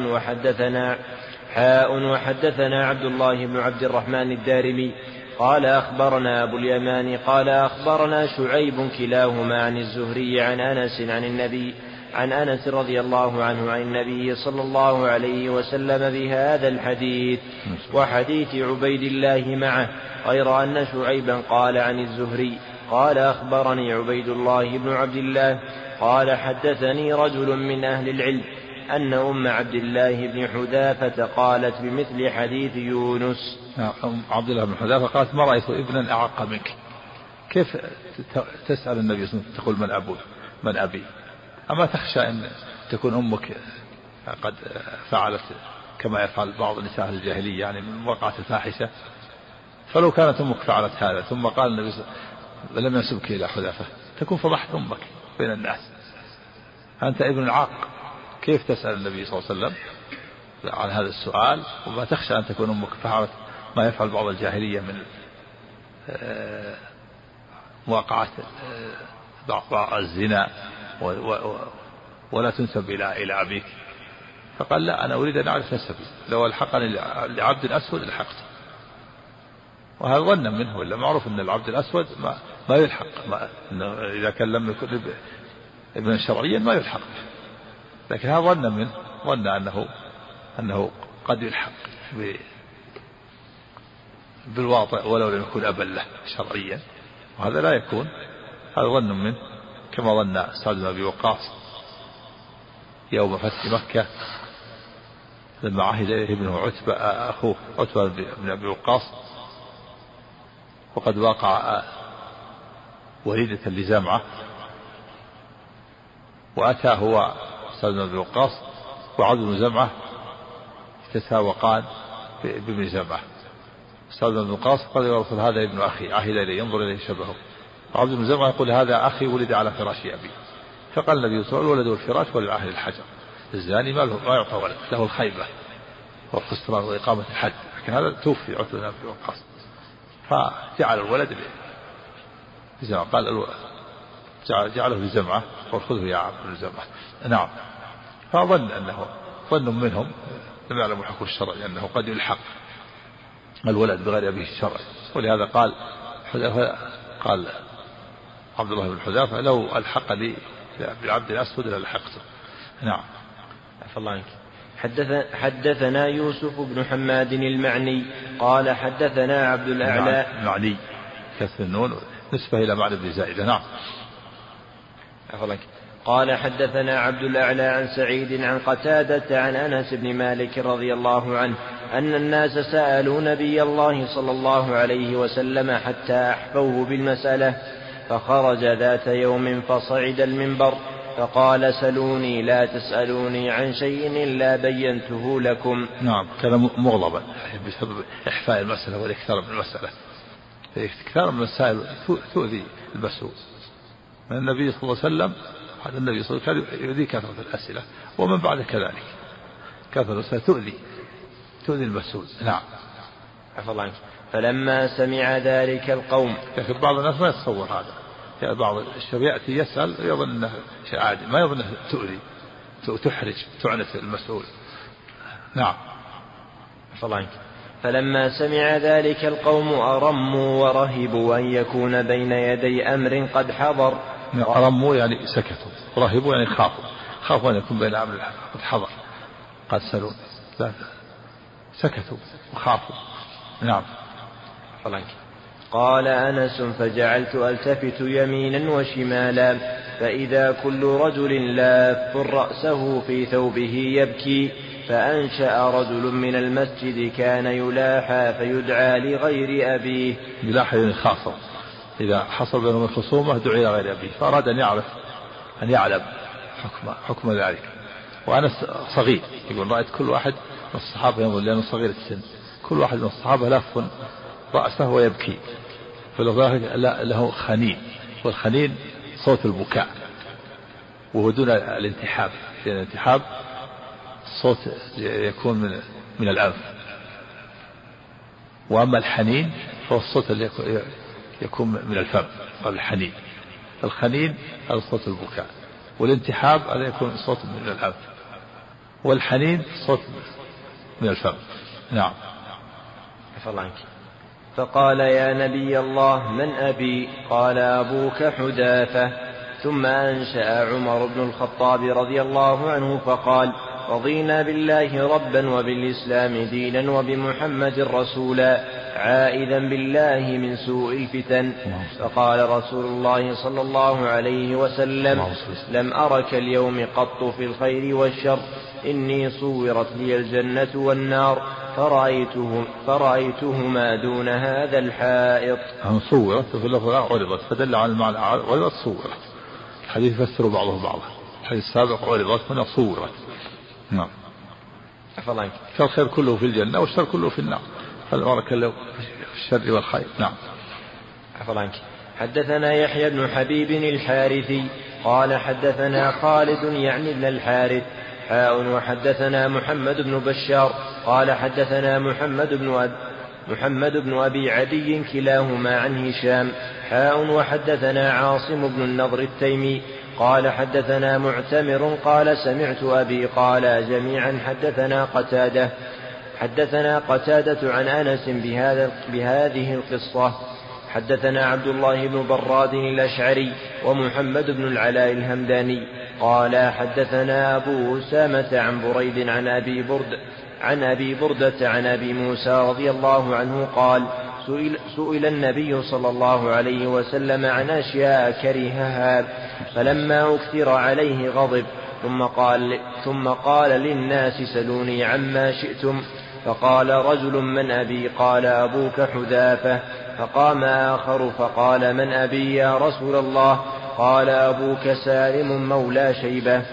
وحدثنا عبد الله بن عبد الرحمن الدارمي قال أخبرنا أبو اليمان قال أخبرنا شعيب كلاهما عن الزهري عن أنس رضي الله عنه عن النبي صلى الله عليه وسلم بهذا الحديث وحديث عبيد الله معه، غير أن شعيبا قال عن الزهري قال أخبرني عبيد الله بن عبد الله قال حدثني رجل من أهل العلم أن أم عبد الله بن حذافة قالت بمثل حديث يونس. عبد الله بن حذافة قالت ما رأيت ابنا أعق منك. كيف تسأل النبي صلى الله عليه وسلم تقول من أبي؟ أما تخشى أن تكون أمك قد فعلت كما يفعل بعض نساء الجاهلية، يعني من وقعت الفاحشة؟ فلو كانت أمك فعلت هذا ثم قال النبي لم ينسبك إلى حذافة تكون فضحت أمك بين الناس، أنت ابن العاق. كيف تسأل النبي صلى الله عليه وسلم عن هذا السؤال وما تخشى أن تكون أمك فعلت ما يفعل بعض الجاهلية من مواقعة بعض الزنا ولا تنسب إلى أبيك؟ فقال لا، أنا أريد أن أعرف نسبي، لو الحقني لعبد أسود لحقته. وهذا ظنا منه، ولا معروف أن العبد الأسود ما يلحق، إذا كان لم يكن ابن شرعيا ما يلحق، لكن هذا ظنا منه، ظن أنه قد يلحق بالواطئ ولو لم يكن أبا له شرعيا، وهذا لا يكون، هذا ظن منه، كما ظن سعد بن أبي وقاص يوم فتح مكة لما عهد إليه ابنه عتبة أخوه عتبة بن أبي وقاص، وقد وقع وليدة لزمعة، وأتى هو سعد بن أبي وقاص وعبد بن زمعة يتساوقان بابن زمعة. سعد بن أبي وقاص قال يا رسول هذا ابن أخي عهد إليه ينظر إليه شبهه، وعبد بن زمعة يقول هذا أخي ولد على فراش أبي. فقال النبي صلى الله عليه وسلم الولد والفراش وللعاهل الحجر، الزاني ما يعطى ولد، له الخيبة والخسران وإقامة الحد، لكن هذا توفي عتبة بن أبي وقاص فجعل الولد لزمعة، قال جعله لزمعة وخذه يا عبد بن زمعة. نعم. فظن أنه ظن منهم لم يعلموا الحكم الشرعي أنه قد يلحق الولد بغير أبيه الشرعي، ولهذا قال عبد الله بن حذافة لو ألحق لي بالعبد الأسود للحقته. نعم. عفى الله عنك. حدثنا يوسف بن حماد المعني قال حدثنا عبد الأعلى المعني كسر النون نسبة إلى معنى بن زائدة. نعم. عفى الله عنك. قال حدثنا عبد الأعلى عن سعيد عن قتادة عن أنس بن مالك رضي الله عنه أن الناس سألوا نبي الله صلى الله عليه وسلم حتى أحفوه بالمسألة، فخرج ذات يوم فصعد المنبر فقال سلوني لا تسألوني عن شيء إلا بينته لكم. نعم، كان مغضبا بسبب إحفاء المسألة والإكثار من المسألة، إكثار من المسائل تؤذي المسؤول. من النبي صلى الله عليه وسلم هذا النبي صلى الله عليه وسلم يؤذي كثرة الأسئلة، ومن بعد كذلك كثرة الأسئلة تؤذي المسؤول. نعم. عفى الله عنك. فلما سمع ذلك القوم، لكن بعض الناس ما يتصور هذا، يعني بعض الشباب يأتي يسأل يظن أنه شيء عادي، ما يظن أنه تؤذي تحرج تعنف المسؤول. نعم. عفى الله عنك. فلما سمع ذلك القوم أرموا ورهبوا أن يكون بين يدي أمر قد حضر. أرموا يعني سكتوا، ورهبوا يعني خافوا أن يكون بين أمر قد حضر، قد سلوا، سكتوا وخافوا. نعم. قال أنس فجعلت ألتفت يمينا وشمالا فإذا كل رجل لاف رأسه في ثوبه يبكي، فأنشأ رجل من المسجد كان يلاحى فيدعى لغير أبيه. يلاحى يعني خاصم، إذا حصل بينهم الخصومة دعي غير أبيه، فأراد أن يعرف أن يعلم حكم ذلك. وأنا صغير، يقول رأيت كل واحد من الصحابة يقول لأنه صغير السن، كل واحد من الصحابة لف رأسه ويبكي، فلذلك له خنين، والخنين صوت البكاء وهو دون الانتحاب، لأن الانتحاب الصوت يكون من الأنف، وأما الحنين فهو الصوت اللي يكون من الفم. الحنين الخنين هذا صوت البكاء، والانتحاب هذا يكون صوت من الأنف، والحنين صوت من الفم. نعم. فقال يا نبي الله من أبي؟ قال أبوك حذافة. ثم أنشأ عمر بن الخطاب رضي الله عنه فقال رضينا بالله ربا وبالإسلام دينا وبمحمد رسولا، عائذا بالله من سوء الفتن. فقال رسول الله صلى الله عليه وسلم لم أرك اليوم قط في الخير والشر، إني صورت لي الجنة والنار فرأيتهما دون هذا الحائط. صورت في اللفظ عرضت، فدل على المعنى عرضت صورت. الحديث يفسر بعضه بعضا، الحديث السابق عرضت هنا صورت. نعم. فالخير كله في الجنة والشر كله في النار، فالبركة له في الشر والخير. نعم. حدثنا يحيى بن حبيب الحارثي قال حدثنا خالد يعني بن الحارث وحدثنا محمد بن بشار قال حدثنا محمد بن أبي عدي كلاهما عن هشام وحدثنا عاصم بن النضر التيمي قال حدثنا معتمر قال سمعت أبي قال جميعا حدثنا قتادة عن أنس بهذه القصة. حدثنا عبد الله بن براد الأشعري ومحمد بن العلاء الهمداني قال حدثنا أبو أسامة عن بريد عن أبي بردة عن أبي موسى رضي الله عنه قال سئل النبي صلى الله عليه وسلم عن أشياء كرهها فلما أكثر عليه غضب ثم قال للناس سلوني عما شئتم، فقال رجل من أبي؟ قال أبوك حذافة. فقام آخر فقال من أبي يا رسول الله؟ قال أبوك سالم مولى شيبة.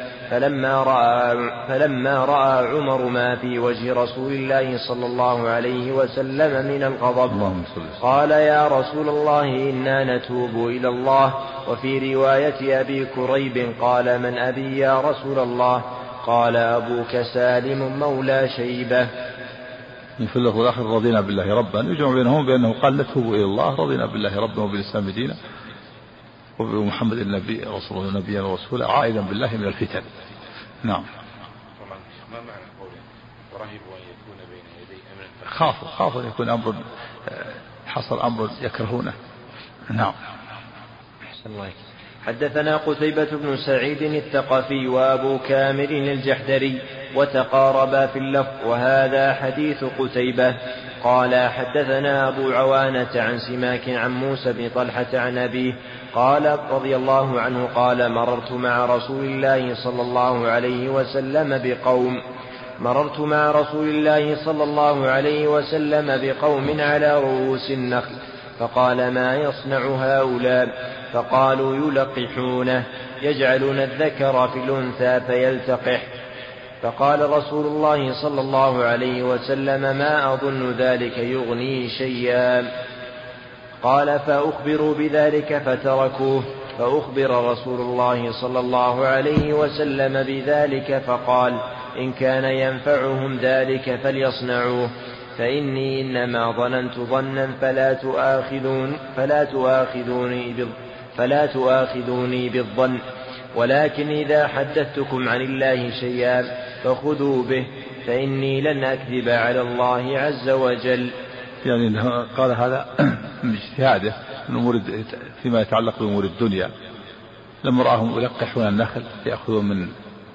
فلما رأى عمر ما في وجه رسول الله صلى الله عليه وسلم من الغضب قال يا رسول الله إنا نتوب إلى الله. وفي رواية أبي كريب قال من أبي يا رسول الله؟ قال أبوك سالم مولى شيبة. في اللفظ الآخر رضينا بالله ربا، يجمع بينهم بأنه قال نتوب إلى الله، رضينا بالله ربا وبالإسلام دينا وبمحمد النبي رسوله نبيا ورسولا، عائدا بالله من الفتن. نعم. ما معنى قوله ورهبوا أن يكون بين يدي أمر؟ خافوا أن يكون أمر حصل أمر يكرهونه. نعم. حدثنا قتيبة بن سعيد الثقفي وأبو كامل الجحدري وتقاربا في اللفظ، وهذا حديث قتيبة. قال حدثنا أبو عوانة عن سماك عن موسى بن طلحة عن أبيه قال رضي الله عنه قال مررت مع رسول الله صلى الله عليه وسلم بقوم على رؤوس النخل، فقال ما يصنع هؤلاء؟ فقالوا يلقحونه، يجعلون الذكر في الأنثى فيلتقح. فقال رسول الله صلى الله عليه وسلم ما أظن ذلك يغني شيئا. قال فأخبروا بذلك فتركوه، فأخبر رسول الله صلى الله عليه وسلم بذلك فقال إن كان ينفعهم ذلك فليصنعوه، فإني إنما ظننت ظنا فلا تؤاخذوني بالظن، ولكن إذا حدثتكم عن الله شيئا فخذوا به، فإني لن أكذب على الله عز وجل. يعني قال هذا من اجتهاده فيما يتعلق بأمور الدنيا، لما رآهم يلقحون النخل يأخذون من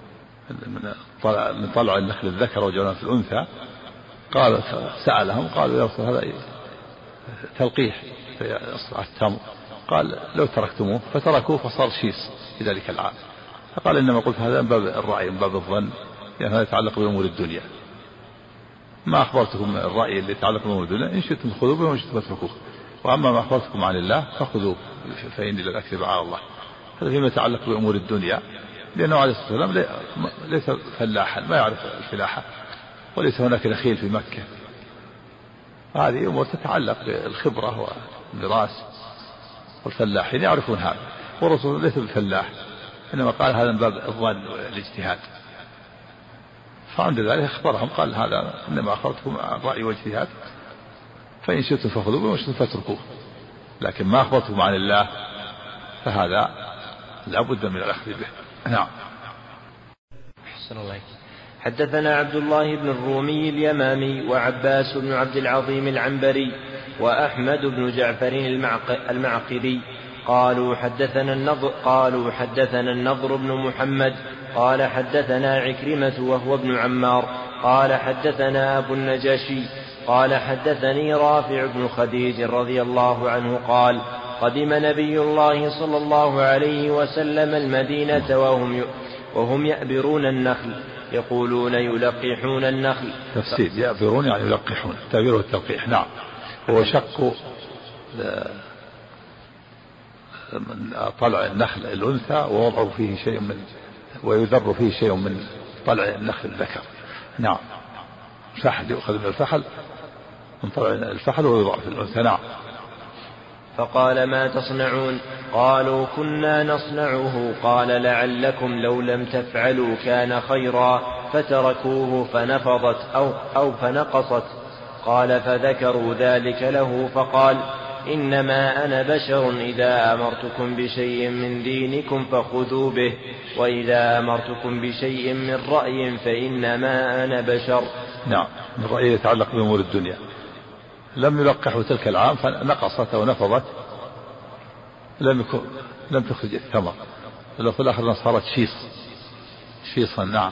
طلع النخل الذكر وجعلون في الأنثى، قال سألهم قالوا يا رسول هذا تلقيح في التمر، قال لو تركتموه، فتركوه فصار شيص في ذلك العام. فقال إنما قلت هذا من باب الرأي من باب الظن، يعني هذا يتعلق بأمور الدنيا. ما أخبرتكم من الرأي اللي يتعلق بأمور الدنيا إن شئتم خذوه وإن شئتم اتركوه، وأما ما أخبرتكم عن الله فخذوه فإني لن أكذب على الله. هذا فيما يتعلق بأمور الدنيا، لأنه عليه الصلاة والسلام ليس فلاحا، ما يعرف الفلاحة، وليس هناك نخيل في مكة. هذه أمور تتعلق بالخبرة والميراث، والفلاحين يعرفون هذا، والرسول ليس بالفلاح، إنما قال هذا من باب الظن والاجتهاد. فعند ذلك أخبرهم قال هذا إنما أخبرتكم عن رأي واجتهاد، فإن شئتم فخذوه وإن شئتم فاتركوه، لكن ما أخبرتكم عن الله فهذا لا بد من الأخذ به. نعم. أحسن الله. حدثنا عبد الله بن الرومي اليمامي وعباس بن عبد العظيم العنبري وأحمد بن جعفر المعقري قالوا حدثنا النضر بن محمد قال حدثنا عكرمة وهو ابن عمار قال حدثنا أبو النجاشي قال حدثني رافع بن خديج رضي الله عنه قال قدم نبي الله صلى الله عليه وسلم المدينة وهم يأبرون النخل يقولون يلقحون النخل. تفسير يأبرون يعني يلقحون، تعبيره التلقيح. نعم. هو شق من طلع النخل الأنثى ووضعوا فيه شيء من ويذر فيه شيء من طلع النخل الذكر. نعم. فحل يؤخذ من الفحل، من طلع الفحل ويوضع في الأنثى. نعم. فقال ما تصنعون؟ قالوا كنا نصنعه. قال لعلكم لو لم تفعلوا كان خيرا، فتركوه فنفضت أو فنقصت. قال فذكروا ذلك له فقال إنما أنا بشر، إذا أمرتكم بشيء من دينكم فخذوا به، وإذا أمرتكم بشيء من رأي فإنما أنا بشر. نعم. من رأي يتعلق بأمور الدنيا. لم يلقحوا تلك العام فنقصت ونفضت، لم تخرج الثمر، إلا في الآخر صارت شيصا. نعم.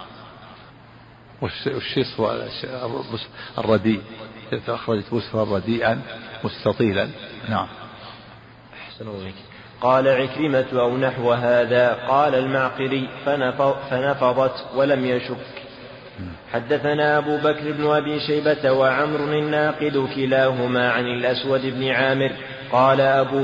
والشيص هو الرديء، أخرجت بسرا رديئا مستطيلا. نعم. أحسن الله. قال عكرمة أو نحو هذا. قال المعقري فنفضت ولم يشك. حدثنا أبو بكر بن أبي شيبة وعمر الناقد كلاهما عن الأسود بن عامر قال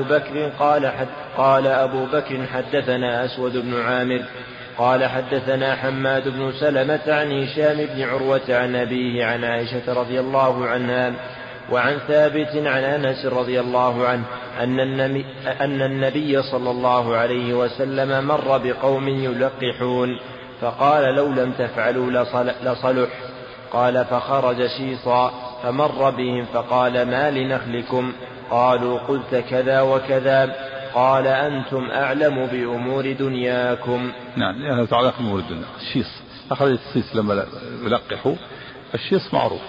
أبو بكر حدثنا أسود بن عامر قال حدثنا حماد بن سلمة عن هشام بن عروة عن أبيه عن عائشة رضي الله عنها وعن ثابت عن أنس رضي الله عنه أن النبي صلى الله عليه وسلم مر بقوم يلقحون فقال لو لم تفعلوا لصلح. قال فخرج شيصا فمر بهم فقال ما لنخلكم؟ قالوا قلت كذا وكذا. قال أنتم أعلم بأمور دنياكم. نعم. يعني تعلق بأمور الدنيا. الشيص أخرجت الشيص لما يلقحوا. الشيص معروف،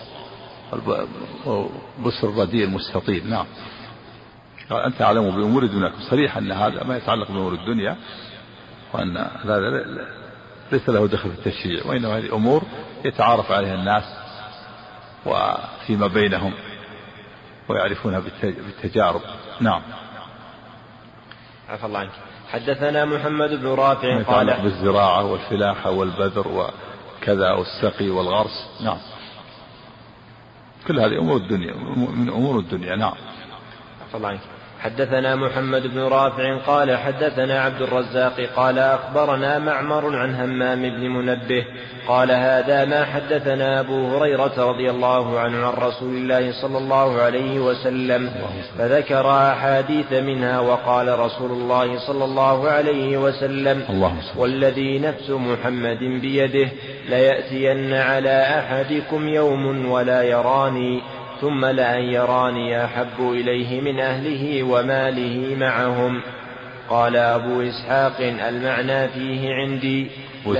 بسر الرديء المستطيل. نعم. قال أنت أعلم بأمور دنياكم، صريح أن هذا ما يتعلق بأمور الدنيا، وأن هذا ليس له دخل في التشريع، وإنما هذه أمور يتعارف عليها الناس وفيما بينهم ويعرفونها بالتجارب. نعم. عفى الله عنك. حدثنا محمد بن رافع قال بالزراعة والفلاحة والبذر وكذا والسقي والغرس. نعم. كل هذه أمور الدنيا، من أمور الدنيا. نعم. عفى الله عنك. حدثنا محمد بن رافع قال حدثنا عبد الرزاق قال أخبرنا معمر عن همام بن منبه قال هذا ما حدثنا أبو هريرة رضي الله عنه عن رسول الله صلى الله عليه وسلم، فذكر أحاديث منها وقال رسول الله صلى الله عليه وسلم والذي نفس محمد بيده ليأتين على أحدكم يوم ولا يراني ثم لأن يراني أحب إليه من أهله وماله معهم. قال أبو إسحاق المعنى فيه عندي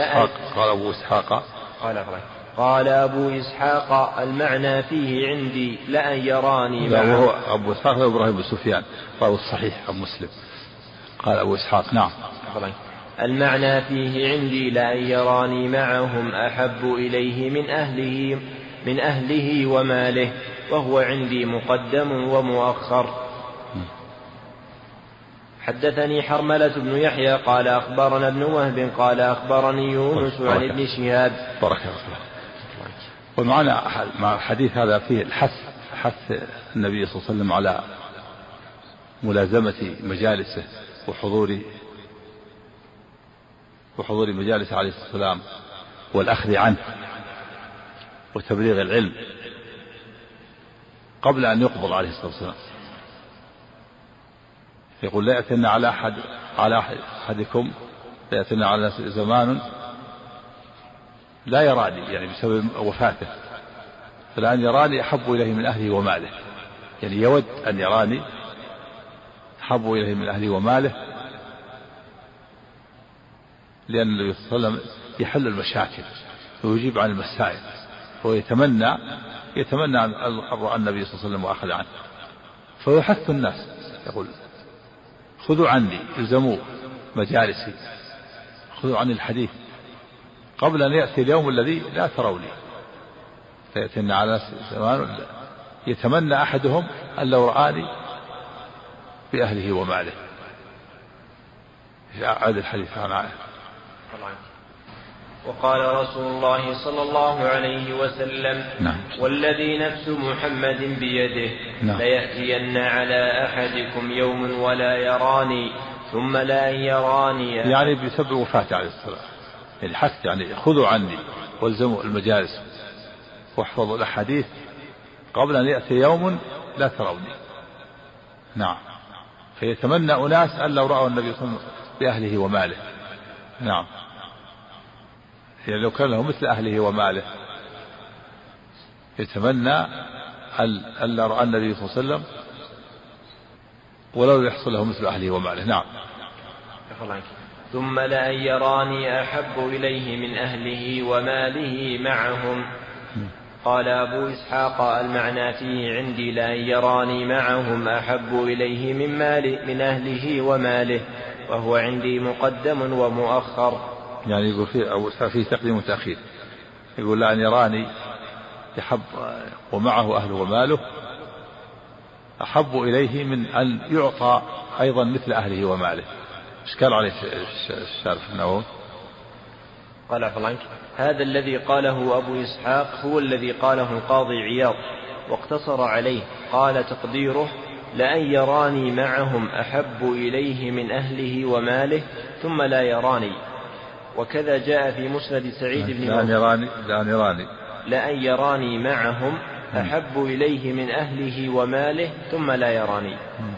قال أبو إسحاق المعنى فيه عندي لأن يراني معهم. وهو أبو إسحاق إبراهيم بن سفيان قال الصحيح عن مسلم. قال أبو إسحاق. نعم. المعنى فيه عندي لأن يراني معهم أحب إليه من أهله وماله، وهو عندي مقدم ومؤخر. حدثني حرملة بن يحيى قال أخبرنا ابن وهب قال أخبرني يونس عن ابن شهاب. بارك الله. ومعنى مع الحديث هذا فيه حث النبي صلى الله عليه وسلم على ملازمة مجالسه وحضور مجالس عليه الصلاة والسلام والأخذ عنه وتبليغ العلم قبل أن يقبض عليه الصلاة والسلام. يقول لا يأتين على أحدكم لا يأتين على زمان لا يراني، يعني بسبب وفاته، فالآن يراني أحب إليه من أهله وماله، يعني يود أن يراني أحب إليه من أهله وماله، لأن النبي صلى الله عليه وسلم يحل المشاكل ويجيب عن المسائل، ويتمنى أن رأى النبي صلى الله عليه وسلم وأخذ عنه، فيحث الناس يقول خذوا عني الزموا مجالسي، خذوا عني الحديث قبل أن يأتي اليوم الذي لا تروني، فيأتينا على زمان يتمنى أحدهم أن لو رآني بأهله وماله. عاد الحديث عن عائشة. وقال رسول الله صلى الله عليه وسلم: نعم. والذي نفس محمد بيده ليأتين على أحدكم يوم ولا يراني ثم لا يراني، يعني بسبب وفاته عليه الصلاة، يعني حث، يعني خذوا عني والزموا المجالس واحفظوا الأحاديث قبل أن يأتي يوم لا تروني. نعم. فيتمنى أناس أن لو رأوا النبي صلى الله عليه وسلم بأهله وماله. نعم. يعني لو كان له مثل أهله وماله يتمنى أن لا رأى النبي صلى الله عليه وسلم ولو يحصل له مثل أهله وماله. نعم. ثم لأن يراني أحب إليه من أهله وماله معهم. قال أبو إسحاق: المعنى فيه عندي لأن يراني معهم أحب إليه من أهله وماله، وهو عندي مقدم ومؤخر. يعني يقول فيه تقديم وتأخير، يقول لأن يراني يحب ومعه أهله وماله أحب إليه من أن يعطى أيضا مثل أهله وماله. إشكال عليه الشارح النووي. قال عفوا عنك: هذا الذي قاله أبو إسحاق هو الذي قاله القاضي عياض واقتصر عليه. قال تقديره: لأن يراني معهم أحب إليه من أهله وماله ثم لا يراني. وكذا جاء في مسند سعيد بن لأن يراني معهم أحب إليه من أهله وماله ثم لا يراني،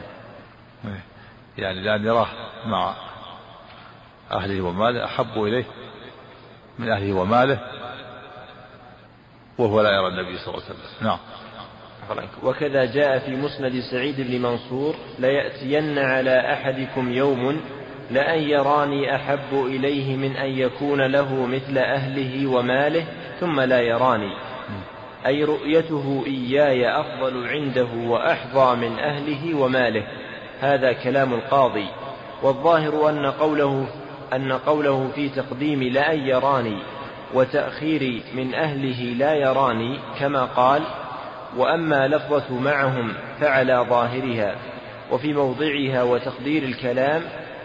يعني لأن يراه مع أهله وماله أحب إليه من أهله وماله وهو لا يرى النبي صلى الله عليه وسلم. نعم. وكذا جاء في مسند سعيد بن منصور: ليأتين على أحدكم يوم لأن يراني أحب إليه من أن يكون له مثل أهله وماله ثم لا يراني، أي رؤيته إياي أفضل عنده وأحظى من أهله وماله. هذا كلام القاضي، والظاهر أن قوله في تقديم لأن يراني وتأخير من أهله لا يراني كما قال: وأما لفظة معهم فعلى ظاهرها وفي موضعها وتقدير الكلام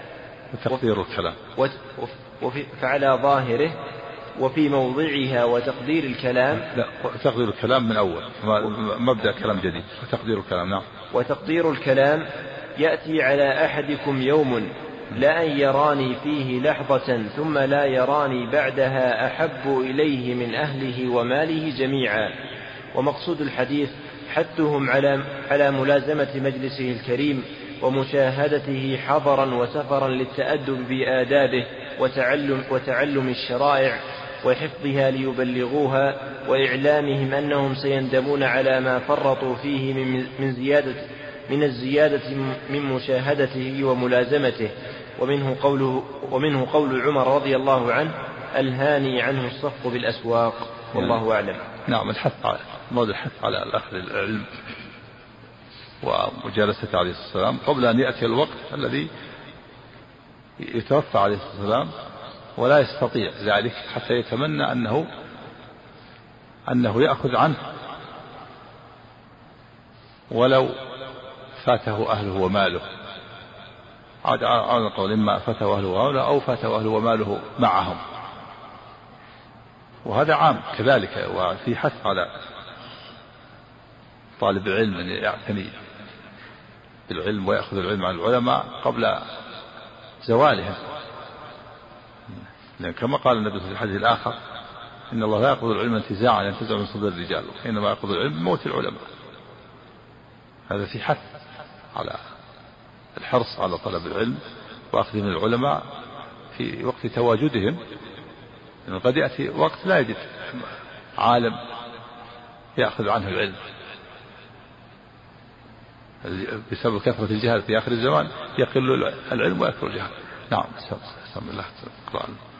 فعلى ظاهره وفي موضعها وتقدير الكلام. لا، تقدير الكلام من أول مبدأ كلام جديد. تقدير الكلام. نعم. وتقدير الكلام: يأتي على أحدكم يوم لأن يراني فيه لحظة ثم لا يراني بعدها أحب إليه من أهله وماله جميعا. ومقصود الحديث حثهم على ملازمة مجلسه الكريم ومشاهدته حضرا وسفرا للتأدب بآدابه وتعلم الشرائع وحفظها ليبلغوها، وإعلامهم أنهم سيندمون على ما فرطوا فيه من الزيادة من مشاهدته وملازمته. ومنه قول عمر رضي الله عنه: الهاني عنه الصف بالأسواق. والله أعلم. نعم. الحث على الأخذ العلم ومجالسة عليه الصلاة والسلام قبل أن يأتي الوقت الذي يتوفى عليه الصلاة والسلام ولا يستطيع ذلك، حتى يتمنى أنه يأخذ عنه ولو فاته أهله وماله على القول إما فاته أهله وأوله أو فاته أهله وماله معهم، وهذا عام كذلك. وفي حث على طالب العلم أن يعتني بالعلم ويأخذ العلم عن العلماء قبل زوالهم، لأن كما قال النبي في الحديث الآخر إن الله لا يأخذ العلم انتزاعا ينتزع من صدور الرجال، وإنما يأخذ العلم من موت العلماء. هذا في حث على الحرص على طلب العلم وأخذ من العلماء في وقت تواجدهم، لأنه قد يأتي وقت لا يجد عالم يأخذ عنه العلم بسبب كثرة الجهل في آخر الزمان، يقل العلم ويكثر الجهل. نعم. بسم الله الرحمن الرحيم.